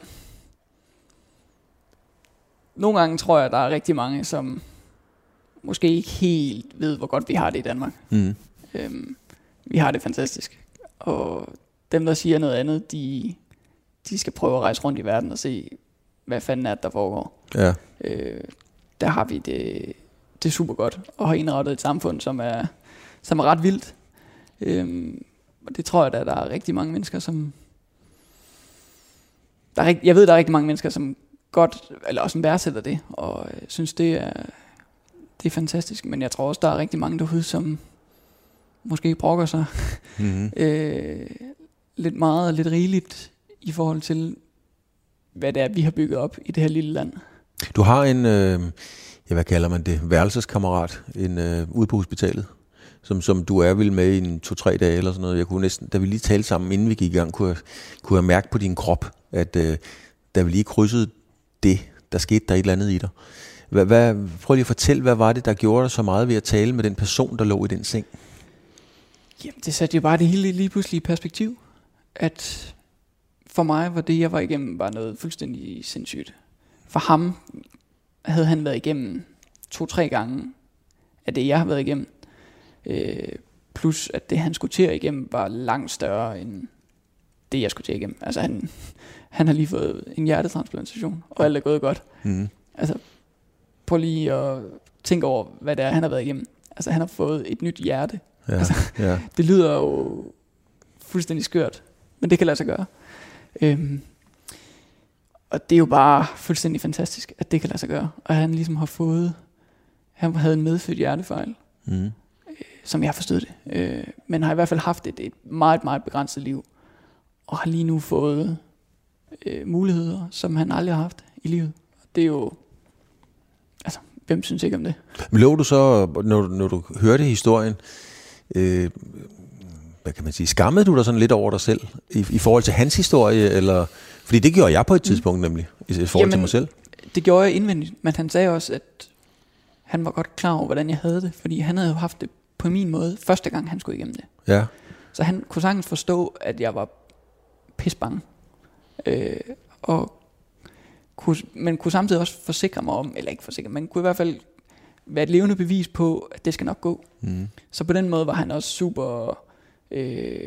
nogle gange tror jeg, at der er rigtig mange, som måske ikke helt ved, hvor godt vi har det i Danmark. Mm. Øh, vi har det fantastisk. Og dem, der siger noget andet, de, de skal prøve at rejse rundt i verden og se, hvad fanden er det, der foregår. Ja. Øh, der har vi det, det er super godt, og har indrettet et samfund, som er, som er ret vildt. Øh, og det tror jeg, at der er rigtig mange mennesker, som... Der er, jeg ved, der er rigtig mange mennesker, som godt, eller også værdsætter det, og øh, synes, det er, det er fantastisk. Men jeg tror også, der er rigtig mange derude, som... måske brokker sig mm-hmm. øh, lidt meget og lidt rigeligt i forhold til, hvad det er, vi har bygget op i det her lille land. Du har en, øh, ja, hvad kalder man det, værelseskammerat en, øh, ude på hospitalet, som, som du er vel med i en to-tre dage eller sådan noget. Jeg kunne næsten, da vi lige talte sammen, inden vi gik i gang, kunne jeg, kunne jeg mærke på din krop, at øh, da vi lige krydsede det, der skete der et eller andet i dig. Hvad, hvad, prøv lige at fortælle, hvad var det, der gjorde dig så meget ved at tale med den person, der lå i den seng? Jamen, det satte jo bare det hele lige pludselig i perspektiv. At for mig var det, jeg var igennem, bare noget fuldstændig sindssygt. For ham havde han været igennem to-tre gange af det, jeg har været igennem. Øh, plus at det, han skulle til igennem, var langt større end det, jeg skulle til igennem. Altså, han, han har lige fået en hjertetransplantation, og alt er gået godt. Mm. Altså, prøv lige at tænke over, hvad det er, han har været igennem. Altså, han har fået et nyt hjerte. Ja, altså, ja. Det lyder jo fuldstændig skørt, men det kan lade sig gøre. Øhm, og det er jo bare fuldstændig fantastisk, at det kan lade sig gøre. Og han ligesom har fået, han havde en medfødt hjertefejl, mm. øh, som jeg har forstået det. Øh, men har i hvert fald haft et, et meget, meget begrænset liv. Og har lige nu fået øh, muligheder, som han aldrig har haft i livet. Det er jo, altså, hvem synes ikke om det? Men lå du så, når, når du hørte historien, Øh, hvad kan man sige, skammede du dig sådan lidt over dig selv i, i forhold til hans historie, eller fordi det gjorde jeg på et tidspunkt mm. nemlig i, i forhold Jamen, til mig selv. Det gjorde jeg indvendigt, men han sagde også, at han var godt klar over, hvordan jeg havde det, fordi han havde jo haft det på min måde første gang han skulle igennem det. Ja. Så han kunne sagtens forstå, at jeg var pisbange, øh, og kunne, men kunne samtidig også forsikre mig om, eller ikke forsikre, men kunne i hvert fald være et levende bevis på, at det skal nok gå. Mm. Så på den måde var han også super øh,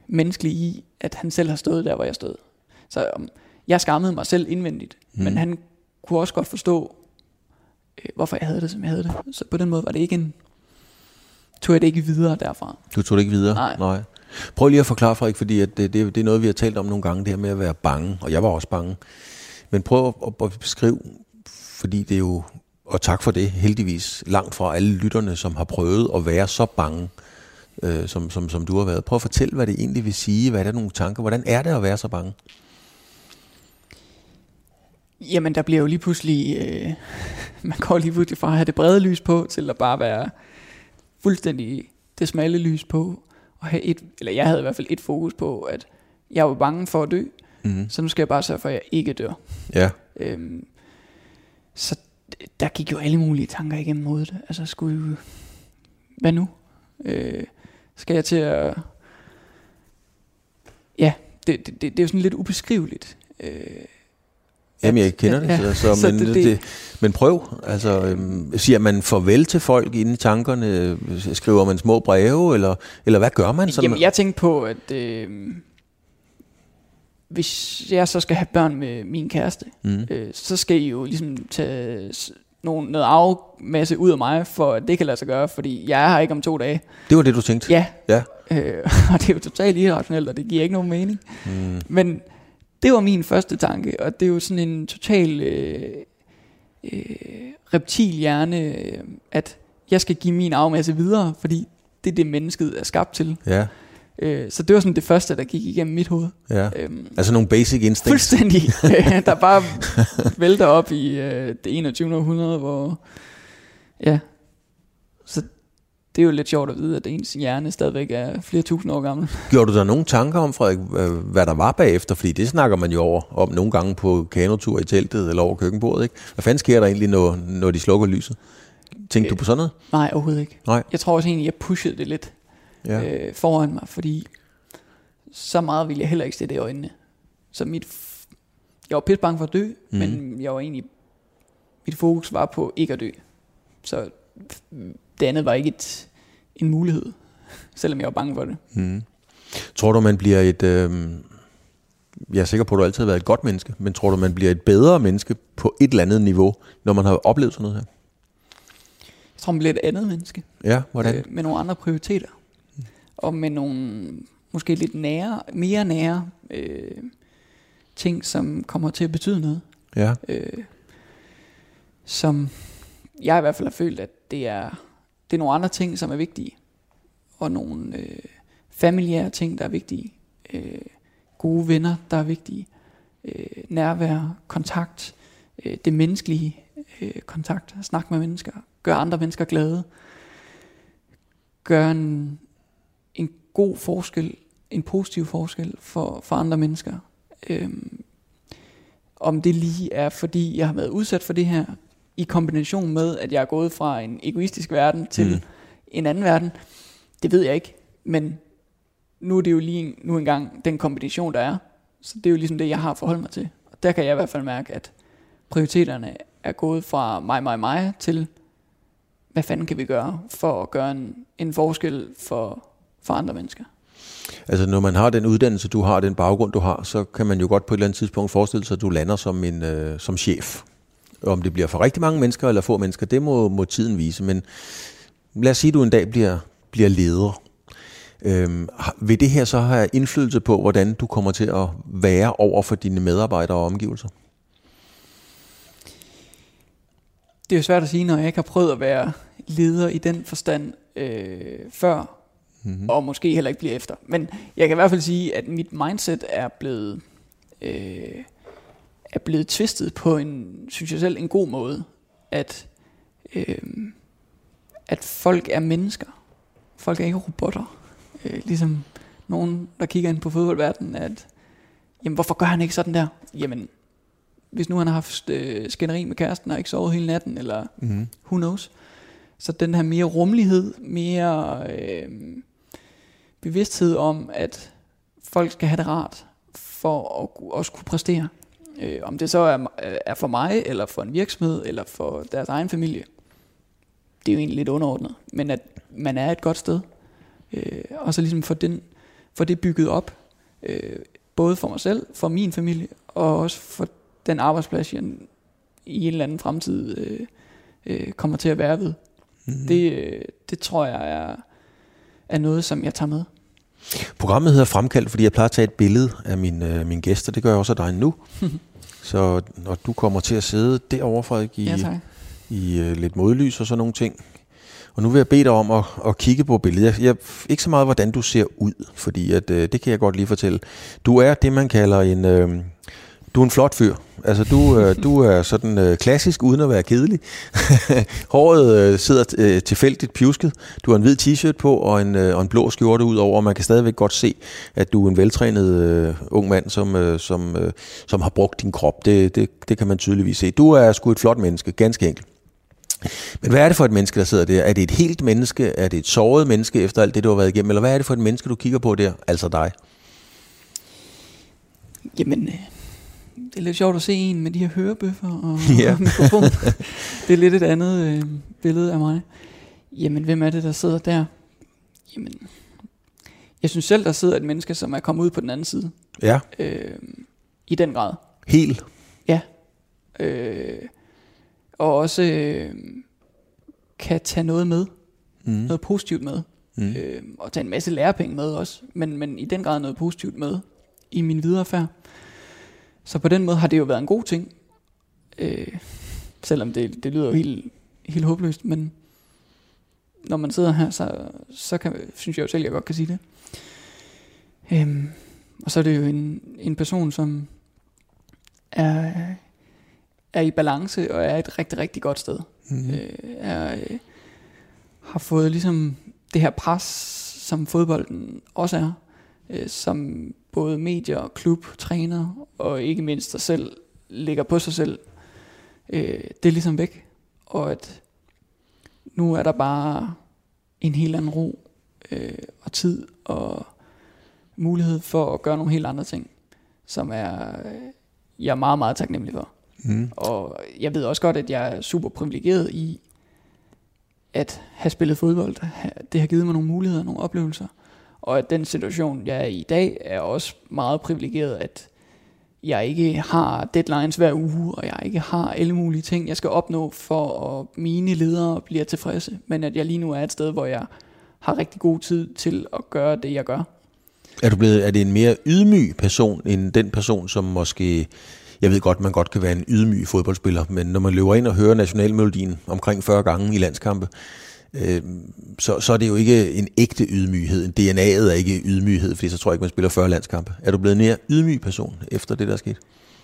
menneskelige i, at han selv har stået der, hvor jeg stod. Så um, jeg skammede mig selv indvendigt, mm. men han kunne også godt forstå, øh, hvorfor jeg havde det, som jeg havde det. Så på den måde var det ikke en, tog jeg det ikke videre derfra. Du tog det ikke videre? Nej. Nej. Prøv lige at forklare, Frederik, fordi at det, det, det er noget, vi har talt om nogle gange, det her med at være bange, og jeg var også bange. Men prøv at, at beskrive, fordi det er jo, og tak for det, heldigvis, langt fra alle lytterne, som har prøvet at være så bange, øh, som, som, som du har været. Prøv at fortælle, hvad det egentlig vil sige, hvad er der nogle tanker, hvordan er det at være så bange? Jamen, der bliver jo lige pludselig, øh, man går lige pludselig fra at have det brede lys på, til at bare være fuldstændig det smalle lys på, og have et, eller jeg havde i hvert fald et fokus på, at jeg var bange for at dø, mm-hmm. så nu skal jeg bare sørge for, at jeg ikke dør. Ja. Øhm, så der gik jo alle mulige tanker igennem hovedet. Altså, skulle jo, hvad nu? Øh, skal jeg til at, ja, det, det, det, det er jo sådan lidt ubeskriveligt. Øh, Jamen, jeg kender det, ja, så, så men, det, det, men prøv. Altså, øhm, siger man farvel til folk inde i tankerne? Skriver man små breve, eller, eller hvad gør man? Sådan? Jamen, jeg tænkte på, at øh, hvis jeg så skal have børn med min kæreste, mm. øh, så skal I jo ligesom tage nogle, noget afmasse ud af mig, for at det kan lade sig gøre, fordi jeg er her ikke om to dage. Det var det, du tænkte? Ja, ja. Øh, og det er jo totalt irrationelt, og det giver ikke nogen mening. Mm. Men det var min første tanke, og det er jo sådan en total øh, øh, reptilhjerne, øh, at jeg skal give min arvemasse videre, fordi det er det, mennesket er skabt til. Ja. Øh, så det var sådan det første, der gik igennem mit hoved. Ja. Øhm, altså nogle basic instincts. Fuldstændig. Der bare vælter op i øh, det enogtyvende århundrede, hvor ja, så det er jo lidt sjovt at vide, at ens hjerne stadigvæk er flere tusind år gammel. Gjorde du der nogle tanker om, Frederik, hvad der var bagefter? Fordi det snakker man jo over om nogle gange på kanotur i teltet eller over køkkenbordet, ikke? Hvad fanden sker der egentlig, når, når de slukker lyset? Tænkte øh, du på sådan noget? Nej, overhovedet ikke. Nej. Jeg tror også egentlig, jeg pushede det lidt ja. øh, foran mig, fordi så meget ville jeg heller ikke se det i øjnene. Så mit, jeg var pisse bange for at dø, mm. men jeg var egentlig, mit fokus var på ikke at dø. Så det andet var ikke et, en mulighed, selvom jeg var bange for det. Mm. Tror du, man bliver et... Øh, jeg er sikker på, at du altid har været et godt menneske, men tror du, man bliver et bedre menneske på et eller andet niveau, når man har oplevet sådan noget her? Jeg tror, man bliver et andet menneske. Ja, hvordan? Øh, med nogle andre prioriteter. Mm. Og med nogle måske lidt nære, mere nære øh, ting, som kommer til at betyde noget. Ja. Øh, som jeg i hvert fald har følt, at det er, det er nogle andre ting, som er vigtige. Og nogle øh, familiære ting, der er vigtige. Øh, gode venner, der er vigtige. Øh, nærvær, kontakt. Øh, det menneskelige øh, kontakt. Snak med mennesker. Gør andre mennesker glade. Gør en, en god forskel. En positiv forskel for, for andre mennesker. Øh, om det lige er, fordi jeg har været udsat for det her, i kombination med, at jeg er gået fra en egoistisk verden til mm. en anden verden, det ved jeg ikke. Men nu er det jo lige nu engang den kombination, der er. Så det er jo ligesom det, jeg har forholdt mig til. Og der kan jeg i hvert fald mærke, at prioriteterne er gået fra mig, mig, mig, til hvad fanden kan vi gøre for at gøre en, en forskel for, for andre mennesker. Altså når man har den uddannelse, du har, den baggrund, du har, så kan man jo godt på et eller andet tidspunkt forestille sig, at du lander som, en, øh, som chef. Om det bliver for rigtig mange mennesker eller få mennesker, det må, må tiden vise. Men lad os sige, at du en dag bliver, bliver leder. Øhm, vil det her så have indflydelse på, hvordan du kommer til at være over for dine medarbejdere og omgivelser? Det er jo svært at sige, når jeg ikke har prøvet at være leder i den forstand øh, før, mm-hmm. og måske heller ikke bliver efter. Men jeg kan i hvert fald sige, at mit mindset er blevet... Øh, er blevet twistet på en, synes jeg selv, en god måde, at, øh, at folk er mennesker. Folk er ikke robotter. Øh, ligesom nogen, der kigger ind på fodboldverdenen, at, jamen hvorfor gør han ikke sådan der? Jamen, hvis nu han har haft øh, skænderi med kæresten og ikke sovet hele natten, eller mm-hmm. who knows. Så den her mere rummelighed, mere øh, bevidsthed om, at folk skal have det rart, for at også kunne præstere. Øh, om det så er, er for mig, eller for en virksomhed, eller for deres egen familie, det er jo egentlig lidt underordnet. Men at man er et godt sted, øh, og så ligesom få den få det bygget op, øh, både for mig selv, for min familie, og også for den arbejdsplads, jeg i en eller anden fremtid øh, øh, kommer til at være ved. Mm. Det, øh, det tror jeg er, er noget, som jeg tager med. Programmet hedder Fremkaldt, fordi jeg plejer at tage et billede af mine, øh, mine gæster. Det gør jeg også af dig nu. Så når du kommer til at sidde derovre, Frederik, i, ja, i øh, lidt modlys og sådan nogle ting. Og nu vil jeg bede dig om at, at kigge på billedet. Jeg, jeg, ikke så meget, hvordan du ser ud, fordi at, øh, det kan jeg godt lige fortælle. Du er det, man kalder en... Øh, du er en flot fyr. Altså, du, øh, du er sådan øh, klassisk, uden at være kedelig. Håret øh, sidder øh, tilfældigt pjusket. Du har en hvid t-shirt på og en, øh, og en blå skjorte ud over, og man kan stadigvæk godt se, at du er en veltrænet øh, ung mand, som, øh, som, øh, som har brugt din krop. Det, det, det kan man tydeligvis se. Du er sgu et flot menneske, ganske enkelt. Men hvad er det for et menneske, der sidder der? Er det et helt menneske? Er det et såret menneske efter alt det, du har været igennem? Eller hvad er det for et menneske, du kigger på der? Altså dig. Jamen... Øh det er lidt sjovt at se en med de her hørebøffer og, ja. og mikrofon. Det er lidt et andet øh, billede af mig. Jamen, hvem er det, der sidder der? Jamen, jeg synes selv, der sidder et menneske, som er kommet ud på den anden side. Ja. Øh, I den grad. Helt? Ja. Øh, og også øh, kan tage noget med. Mm. Noget positivt med. Mm. Øh, og tage en masse lærepenge med også. Men, men i den grad noget positivt med i min videre færd. Så på den måde har det jo været en god ting, øh, selvom det, det lyder jo helt, helt håbløst, men når man sidder her, så, så kan, synes jeg jo selv, at jeg godt kan sige det. Øhm, og så er det jo en, en person, som er, er i balance og er et rigtig, rigtig godt sted. Mm. Øh, er, øh, har fået ligesom det her pres, som fodbolden også er, øh, som både medier, klub, træner og ikke mindst sig selv lægger på sig selv. Øh, det er ligesom væk. Og at nu er der bare en helt anden ro øh, og tid og mulighed for at gøre nogle helt andre ting, som er øh, jeg er meget, meget taknemmelig for. Mm. Og jeg ved også godt, at jeg er super privilegeret i at have spillet fodbold. Det har givet mig nogle muligheder, nogle oplevelser. Og at den situation, jeg er i i dag, er også meget privilegeret, at jeg ikke har deadlines hver uge, og jeg ikke har alle mulige ting, jeg skal opnå for at mine ledere bliver tilfredse. Men at jeg lige nu er et sted, hvor jeg har rigtig god tid til at gøre det, jeg gør. Er du blevet, er det en mere ydmyg person, end den person, som måske... Jeg ved godt, man godt kan være en ydmyg fodboldspiller, men når man løber ind og hører nationalmelodien omkring fyrre gange i landskampe, øh, så, så er det jo ikke en ægte ydmyghed. En D N A'et er ikke ydmyghed, fordi så tror jeg ikke, man spiller fyrre landskampe. Er du blevet en mere ydmyg person efter det, der er sket?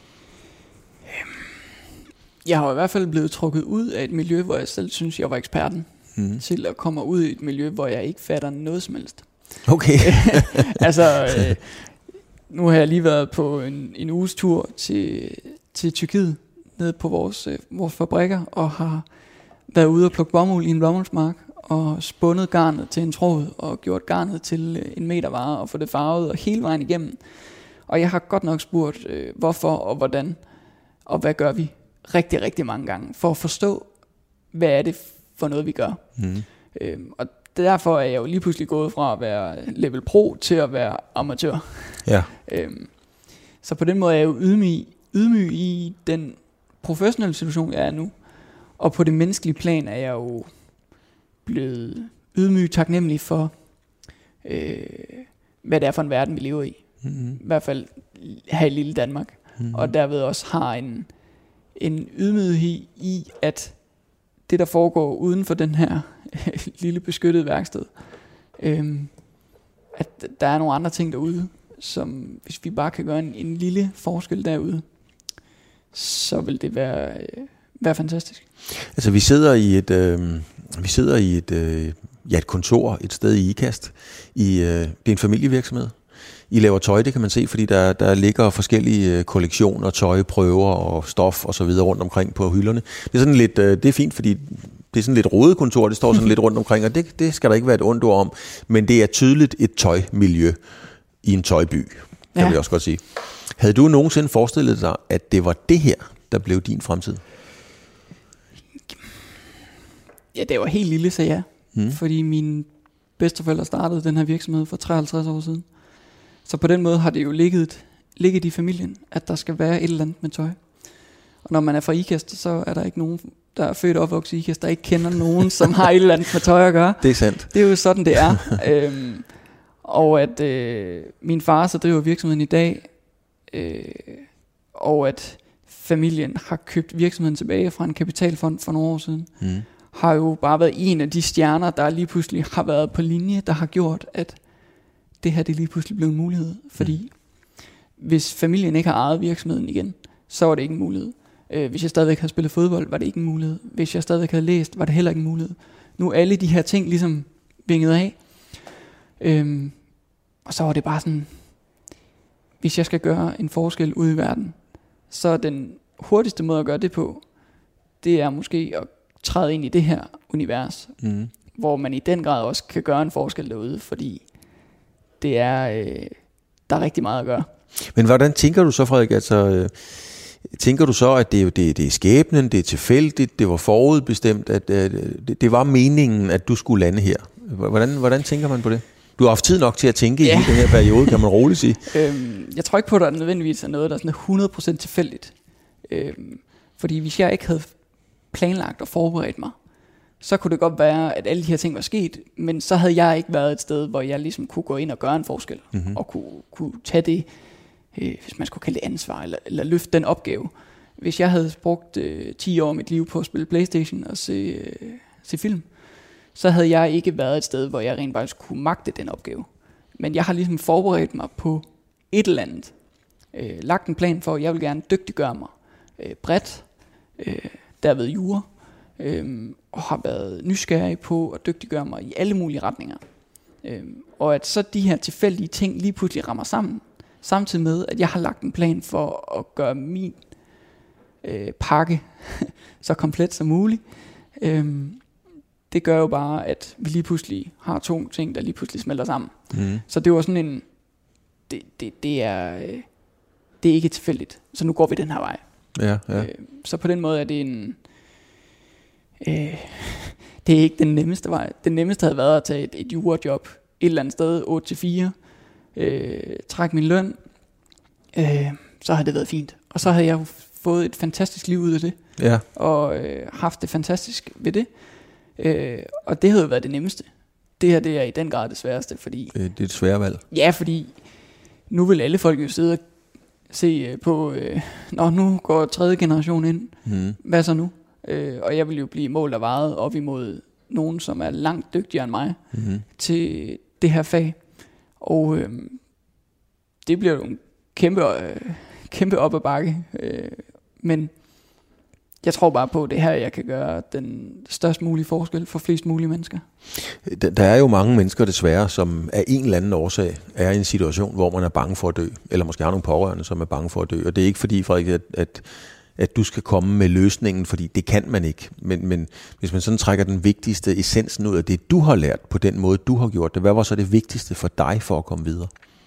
Jeg har i hvert fald blevet trukket ud af et miljø, hvor jeg selv synes, jeg var eksperten, mm. til at komme ud i et miljø, hvor jeg ikke fatter noget som helst. Okay. altså... Øh, Nu har jeg lige været på en, en uges tur til, til Tyrkiet, nede på vores, øh, vores fabrikker, og har været ude og plukke bomuld i en bomuldsmark, og spundet garnet til en tråd, og gjort garnet til øh, en meter vare, og få det farvet, og hele vejen igennem. Og jeg har godt nok spurgt, øh, hvorfor og hvordan, og hvad gør vi rigtig, rigtig mange gange, for at forstå, hvad er det for noget, vi gør. Mm. Øhm, og derfor er jeg jo lige pludselig gået fra at være level pro til at være amatør. Ja. Øhm, så på den måde er jeg jo ydmyg, ydmyg i den professionelle situation, jeg er nu. Og på det menneskelige plan er jeg jo blevet ydmyg taknemmelig for, øh, hvad det er for en verden, vi lever i. Mm-hmm. I hvert fald her i lille Danmark. Mm-hmm. Og derved også har en, en ydmyghed i, at det, der foregår uden for den her lille beskyttede værksted, øhm, at der er nogle andre ting derude, som hvis vi bare kan gøre en, en lille forskel derude, så vil det være, øh, være fantastisk. Altså vi sidder i et, øh, vi sidder i et, øh, ja, et kontor et sted i Ikast. I, øh, det er en familievirksomhed. I laver tøj, det kan man se, fordi der, der ligger forskellige kollektioner, tøj, prøver og stof og så videre rundt omkring på hylderne. Det er sådan lidt, øh, det er fint, fordi det er sådan lidt rodet kontor, det står sådan lidt rundt omkring, og det, det skal der ikke være et ondt ord om, men det er tydeligt et tøjmiljø i en tøjby, kan ja. vi også godt sige. Havde du nogensinde forestillet dig, at det var det her, der blev din fremtid? Ja, det var helt lille, så ja. Hmm. Fordi mine bedsteforældre startede den her virksomhed for treoghalvtreds år siden. Så på den måde har det jo ligget, ligget i familien, at der skal være et eller andet med tøj. Og når man er fra Ikast, så er der ikke nogen, der er født og opvokset i Ikast, der ikke kender nogen, som har et eller andet med tøj at gøre. Det er sandt. Det er jo sådan, det er. øhm, og at øh, min far så driver virksomheden i dag, øh, og at familien har købt virksomheden tilbage fra en kapitalfond for nogle år siden, mm. har jo bare været en af de stjerner, der lige pludselig har været på linje, der har gjort, at det her det lige pludselig blev en mulighed. Fordi mm. hvis familien ikke har ejet virksomheden igen, så var det ikke en mulighed. Øh, hvis jeg stadigvæk havde spillet fodbold, var det ikke en mulighed. Hvis jeg stadigvæk havde læst, var det heller ikke en mulighed. Nu er alle de her ting ligesom vinget af. Øhm, og så var det bare sådan, hvis jeg skal gøre en forskel ude i verden, så er den hurtigste måde at gøre det på, det er måske at træde ind i det her univers, mm. hvor man i den grad også kan gøre en forskel derude, fordi det er, øh, der er rigtig meget at gøre. Men hvordan tænker du så, Frederik, altså, øh, tænker du så, at det, det, det er skæbnen, det er tilfældigt, det var forudbestemt, at øh, det, det var meningen, at du skulle lande her? Hvordan, hvordan tænker man på det? Du har haft tid nok til at tænke ja. i den her periode, kan man roligt sige. øhm, jeg tror ikke på, at der nødvendigvis er noget, der er sådan hundrede procent tilfældigt. Øhm, fordi hvis jeg ikke havde planlagt og forberedt mig, så kunne det godt være, at alle de her ting var sket, men så havde jeg ikke været et sted, hvor jeg ligesom kunne gå ind og gøre en forskel, mm-hmm. og kunne, kunne tage det, øh, hvis man skulle kalde det ansvar, eller, eller løfte den opgave. Hvis jeg havde brugt øh, ti år af mit liv på at spille PlayStation og se, øh, se film, så havde jeg ikke været et sted, hvor jeg rent faktisk kunne magte den opgave. Men jeg har ligesom forberedt mig på et eller andet. Øh, lagt en plan for, at jeg vil gerne dygtiggøre mig øh, bredt, øh, derved jura, øh, og har været nysgerrig på at dygtiggøre mig i alle mulige retninger. Øh, og at så de her tilfældige ting lige pludselig rammer sammen, samtidig med, at jeg har lagt en plan for at gøre min øh, pakke så komplet som muligt. Øh, Det gør jo bare, at vi lige pludselig har to ting, der lige pludselig smelter sammen. Mm. Så det var sådan en, det, det, det er, det er ikke tilfældigt. Så nu går vi den her vej. Ja, ja. Øh, så på den måde er det en, øh, det er ikke den nemmeste vej. Den nemmeste havde været at tage et, et jurajob et eller andet sted, otte til fire, øh, trække min løn, øh, så har det været fint. Og så havde jeg fået et fantastisk liv ud af det, ja. og øh, haft det fantastisk ved det. Øh, og det havde jo været det nemmeste. Det her, det er i den grad det sværeste, fordi... Det, det er et svært valg. Ja, fordi nu vil alle folk jo sidde og se øh, på... Øh, Nå, nu går tredje generation ind. Mm. Hvad så nu? Øh, og jeg vil jo blive målt og vejet op imod nogen, som er langt dygtigere end mig mm. til det her fag. Og øh, det bliver jo en kæmpe, øh, kæmpe op ad bakke. Øh, men... Jeg tror bare på, at det her, jeg kan gøre den størst mulige forskel for flest mulige mennesker. Der er jo mange mennesker desværre, som af en eller anden årsag er i en situation, hvor man er bange for at dø. Eller måske har nogle pårørende, som er bange for at dø. Og det er ikke fordi, Frederik, at, at, at du skal komme med løsningen, fordi det kan man ikke. Men, men hvis man sådan trækker den vigtigste essensen ud af det, du har lært på den måde, du har gjort det, hvad var så det vigtigste for dig for at komme videre?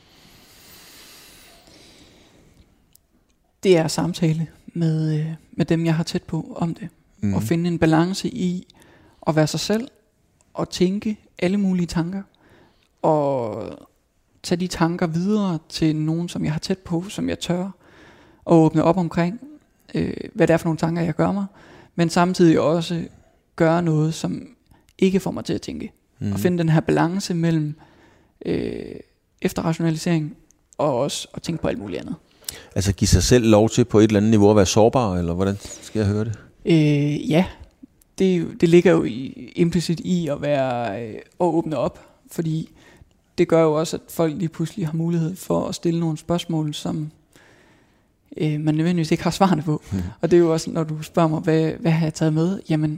Det er samtale med, med dem, jeg har tæt på om det. Mm. Og finde en balance i at være sig selv, og tænke alle mulige tanker, og tage de tanker videre til nogen, som jeg har tæt på, som jeg tør, og åbne op omkring, øh, hvad det er for nogle tanker, jeg gør mig, men samtidig også gøre noget, som ikke får mig til at tænke. Mm. Og finde den her balance mellem øh, efterrationalisering, og også at tænke på alt muligt andet. Altså give sig selv lov til på et eller andet niveau at være sårbar, eller hvordan skal jeg høre det? Øh, ja, det, det ligger jo i, implicit i at være øh, at åbne op, fordi det gør jo også, at folk lige pludselig har mulighed for at stille nogle spørgsmål, som øh, man nødvendigvis ikke har svarene på. Hmm. Og det er jo også, når du spørger mig, hvad, hvad har jeg taget med? Jamen,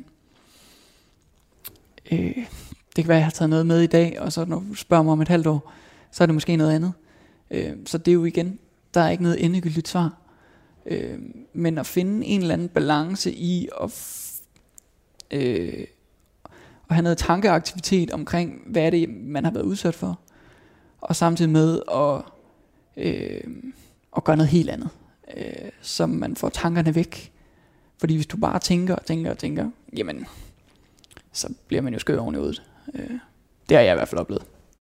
øh, det kan være, jeg har taget noget med i dag, og så når du spørger mig om et halvt år, så er det måske noget andet. Øh, så det er jo igen, der er ikke noget endegyldigt svar. Øh, men at finde en eller anden balance i at, f- øh, at have noget tankeaktivitet omkring, hvad er det, man har været udsat for, og samtidig med at, øh, at gøre noget helt andet, øh, så man får tankerne væk. Fordi hvis du bare tænker og tænker og tænker, jamen, så bliver man jo skør oven i hovedet. Øh, det har jeg i hvert fald oplevet.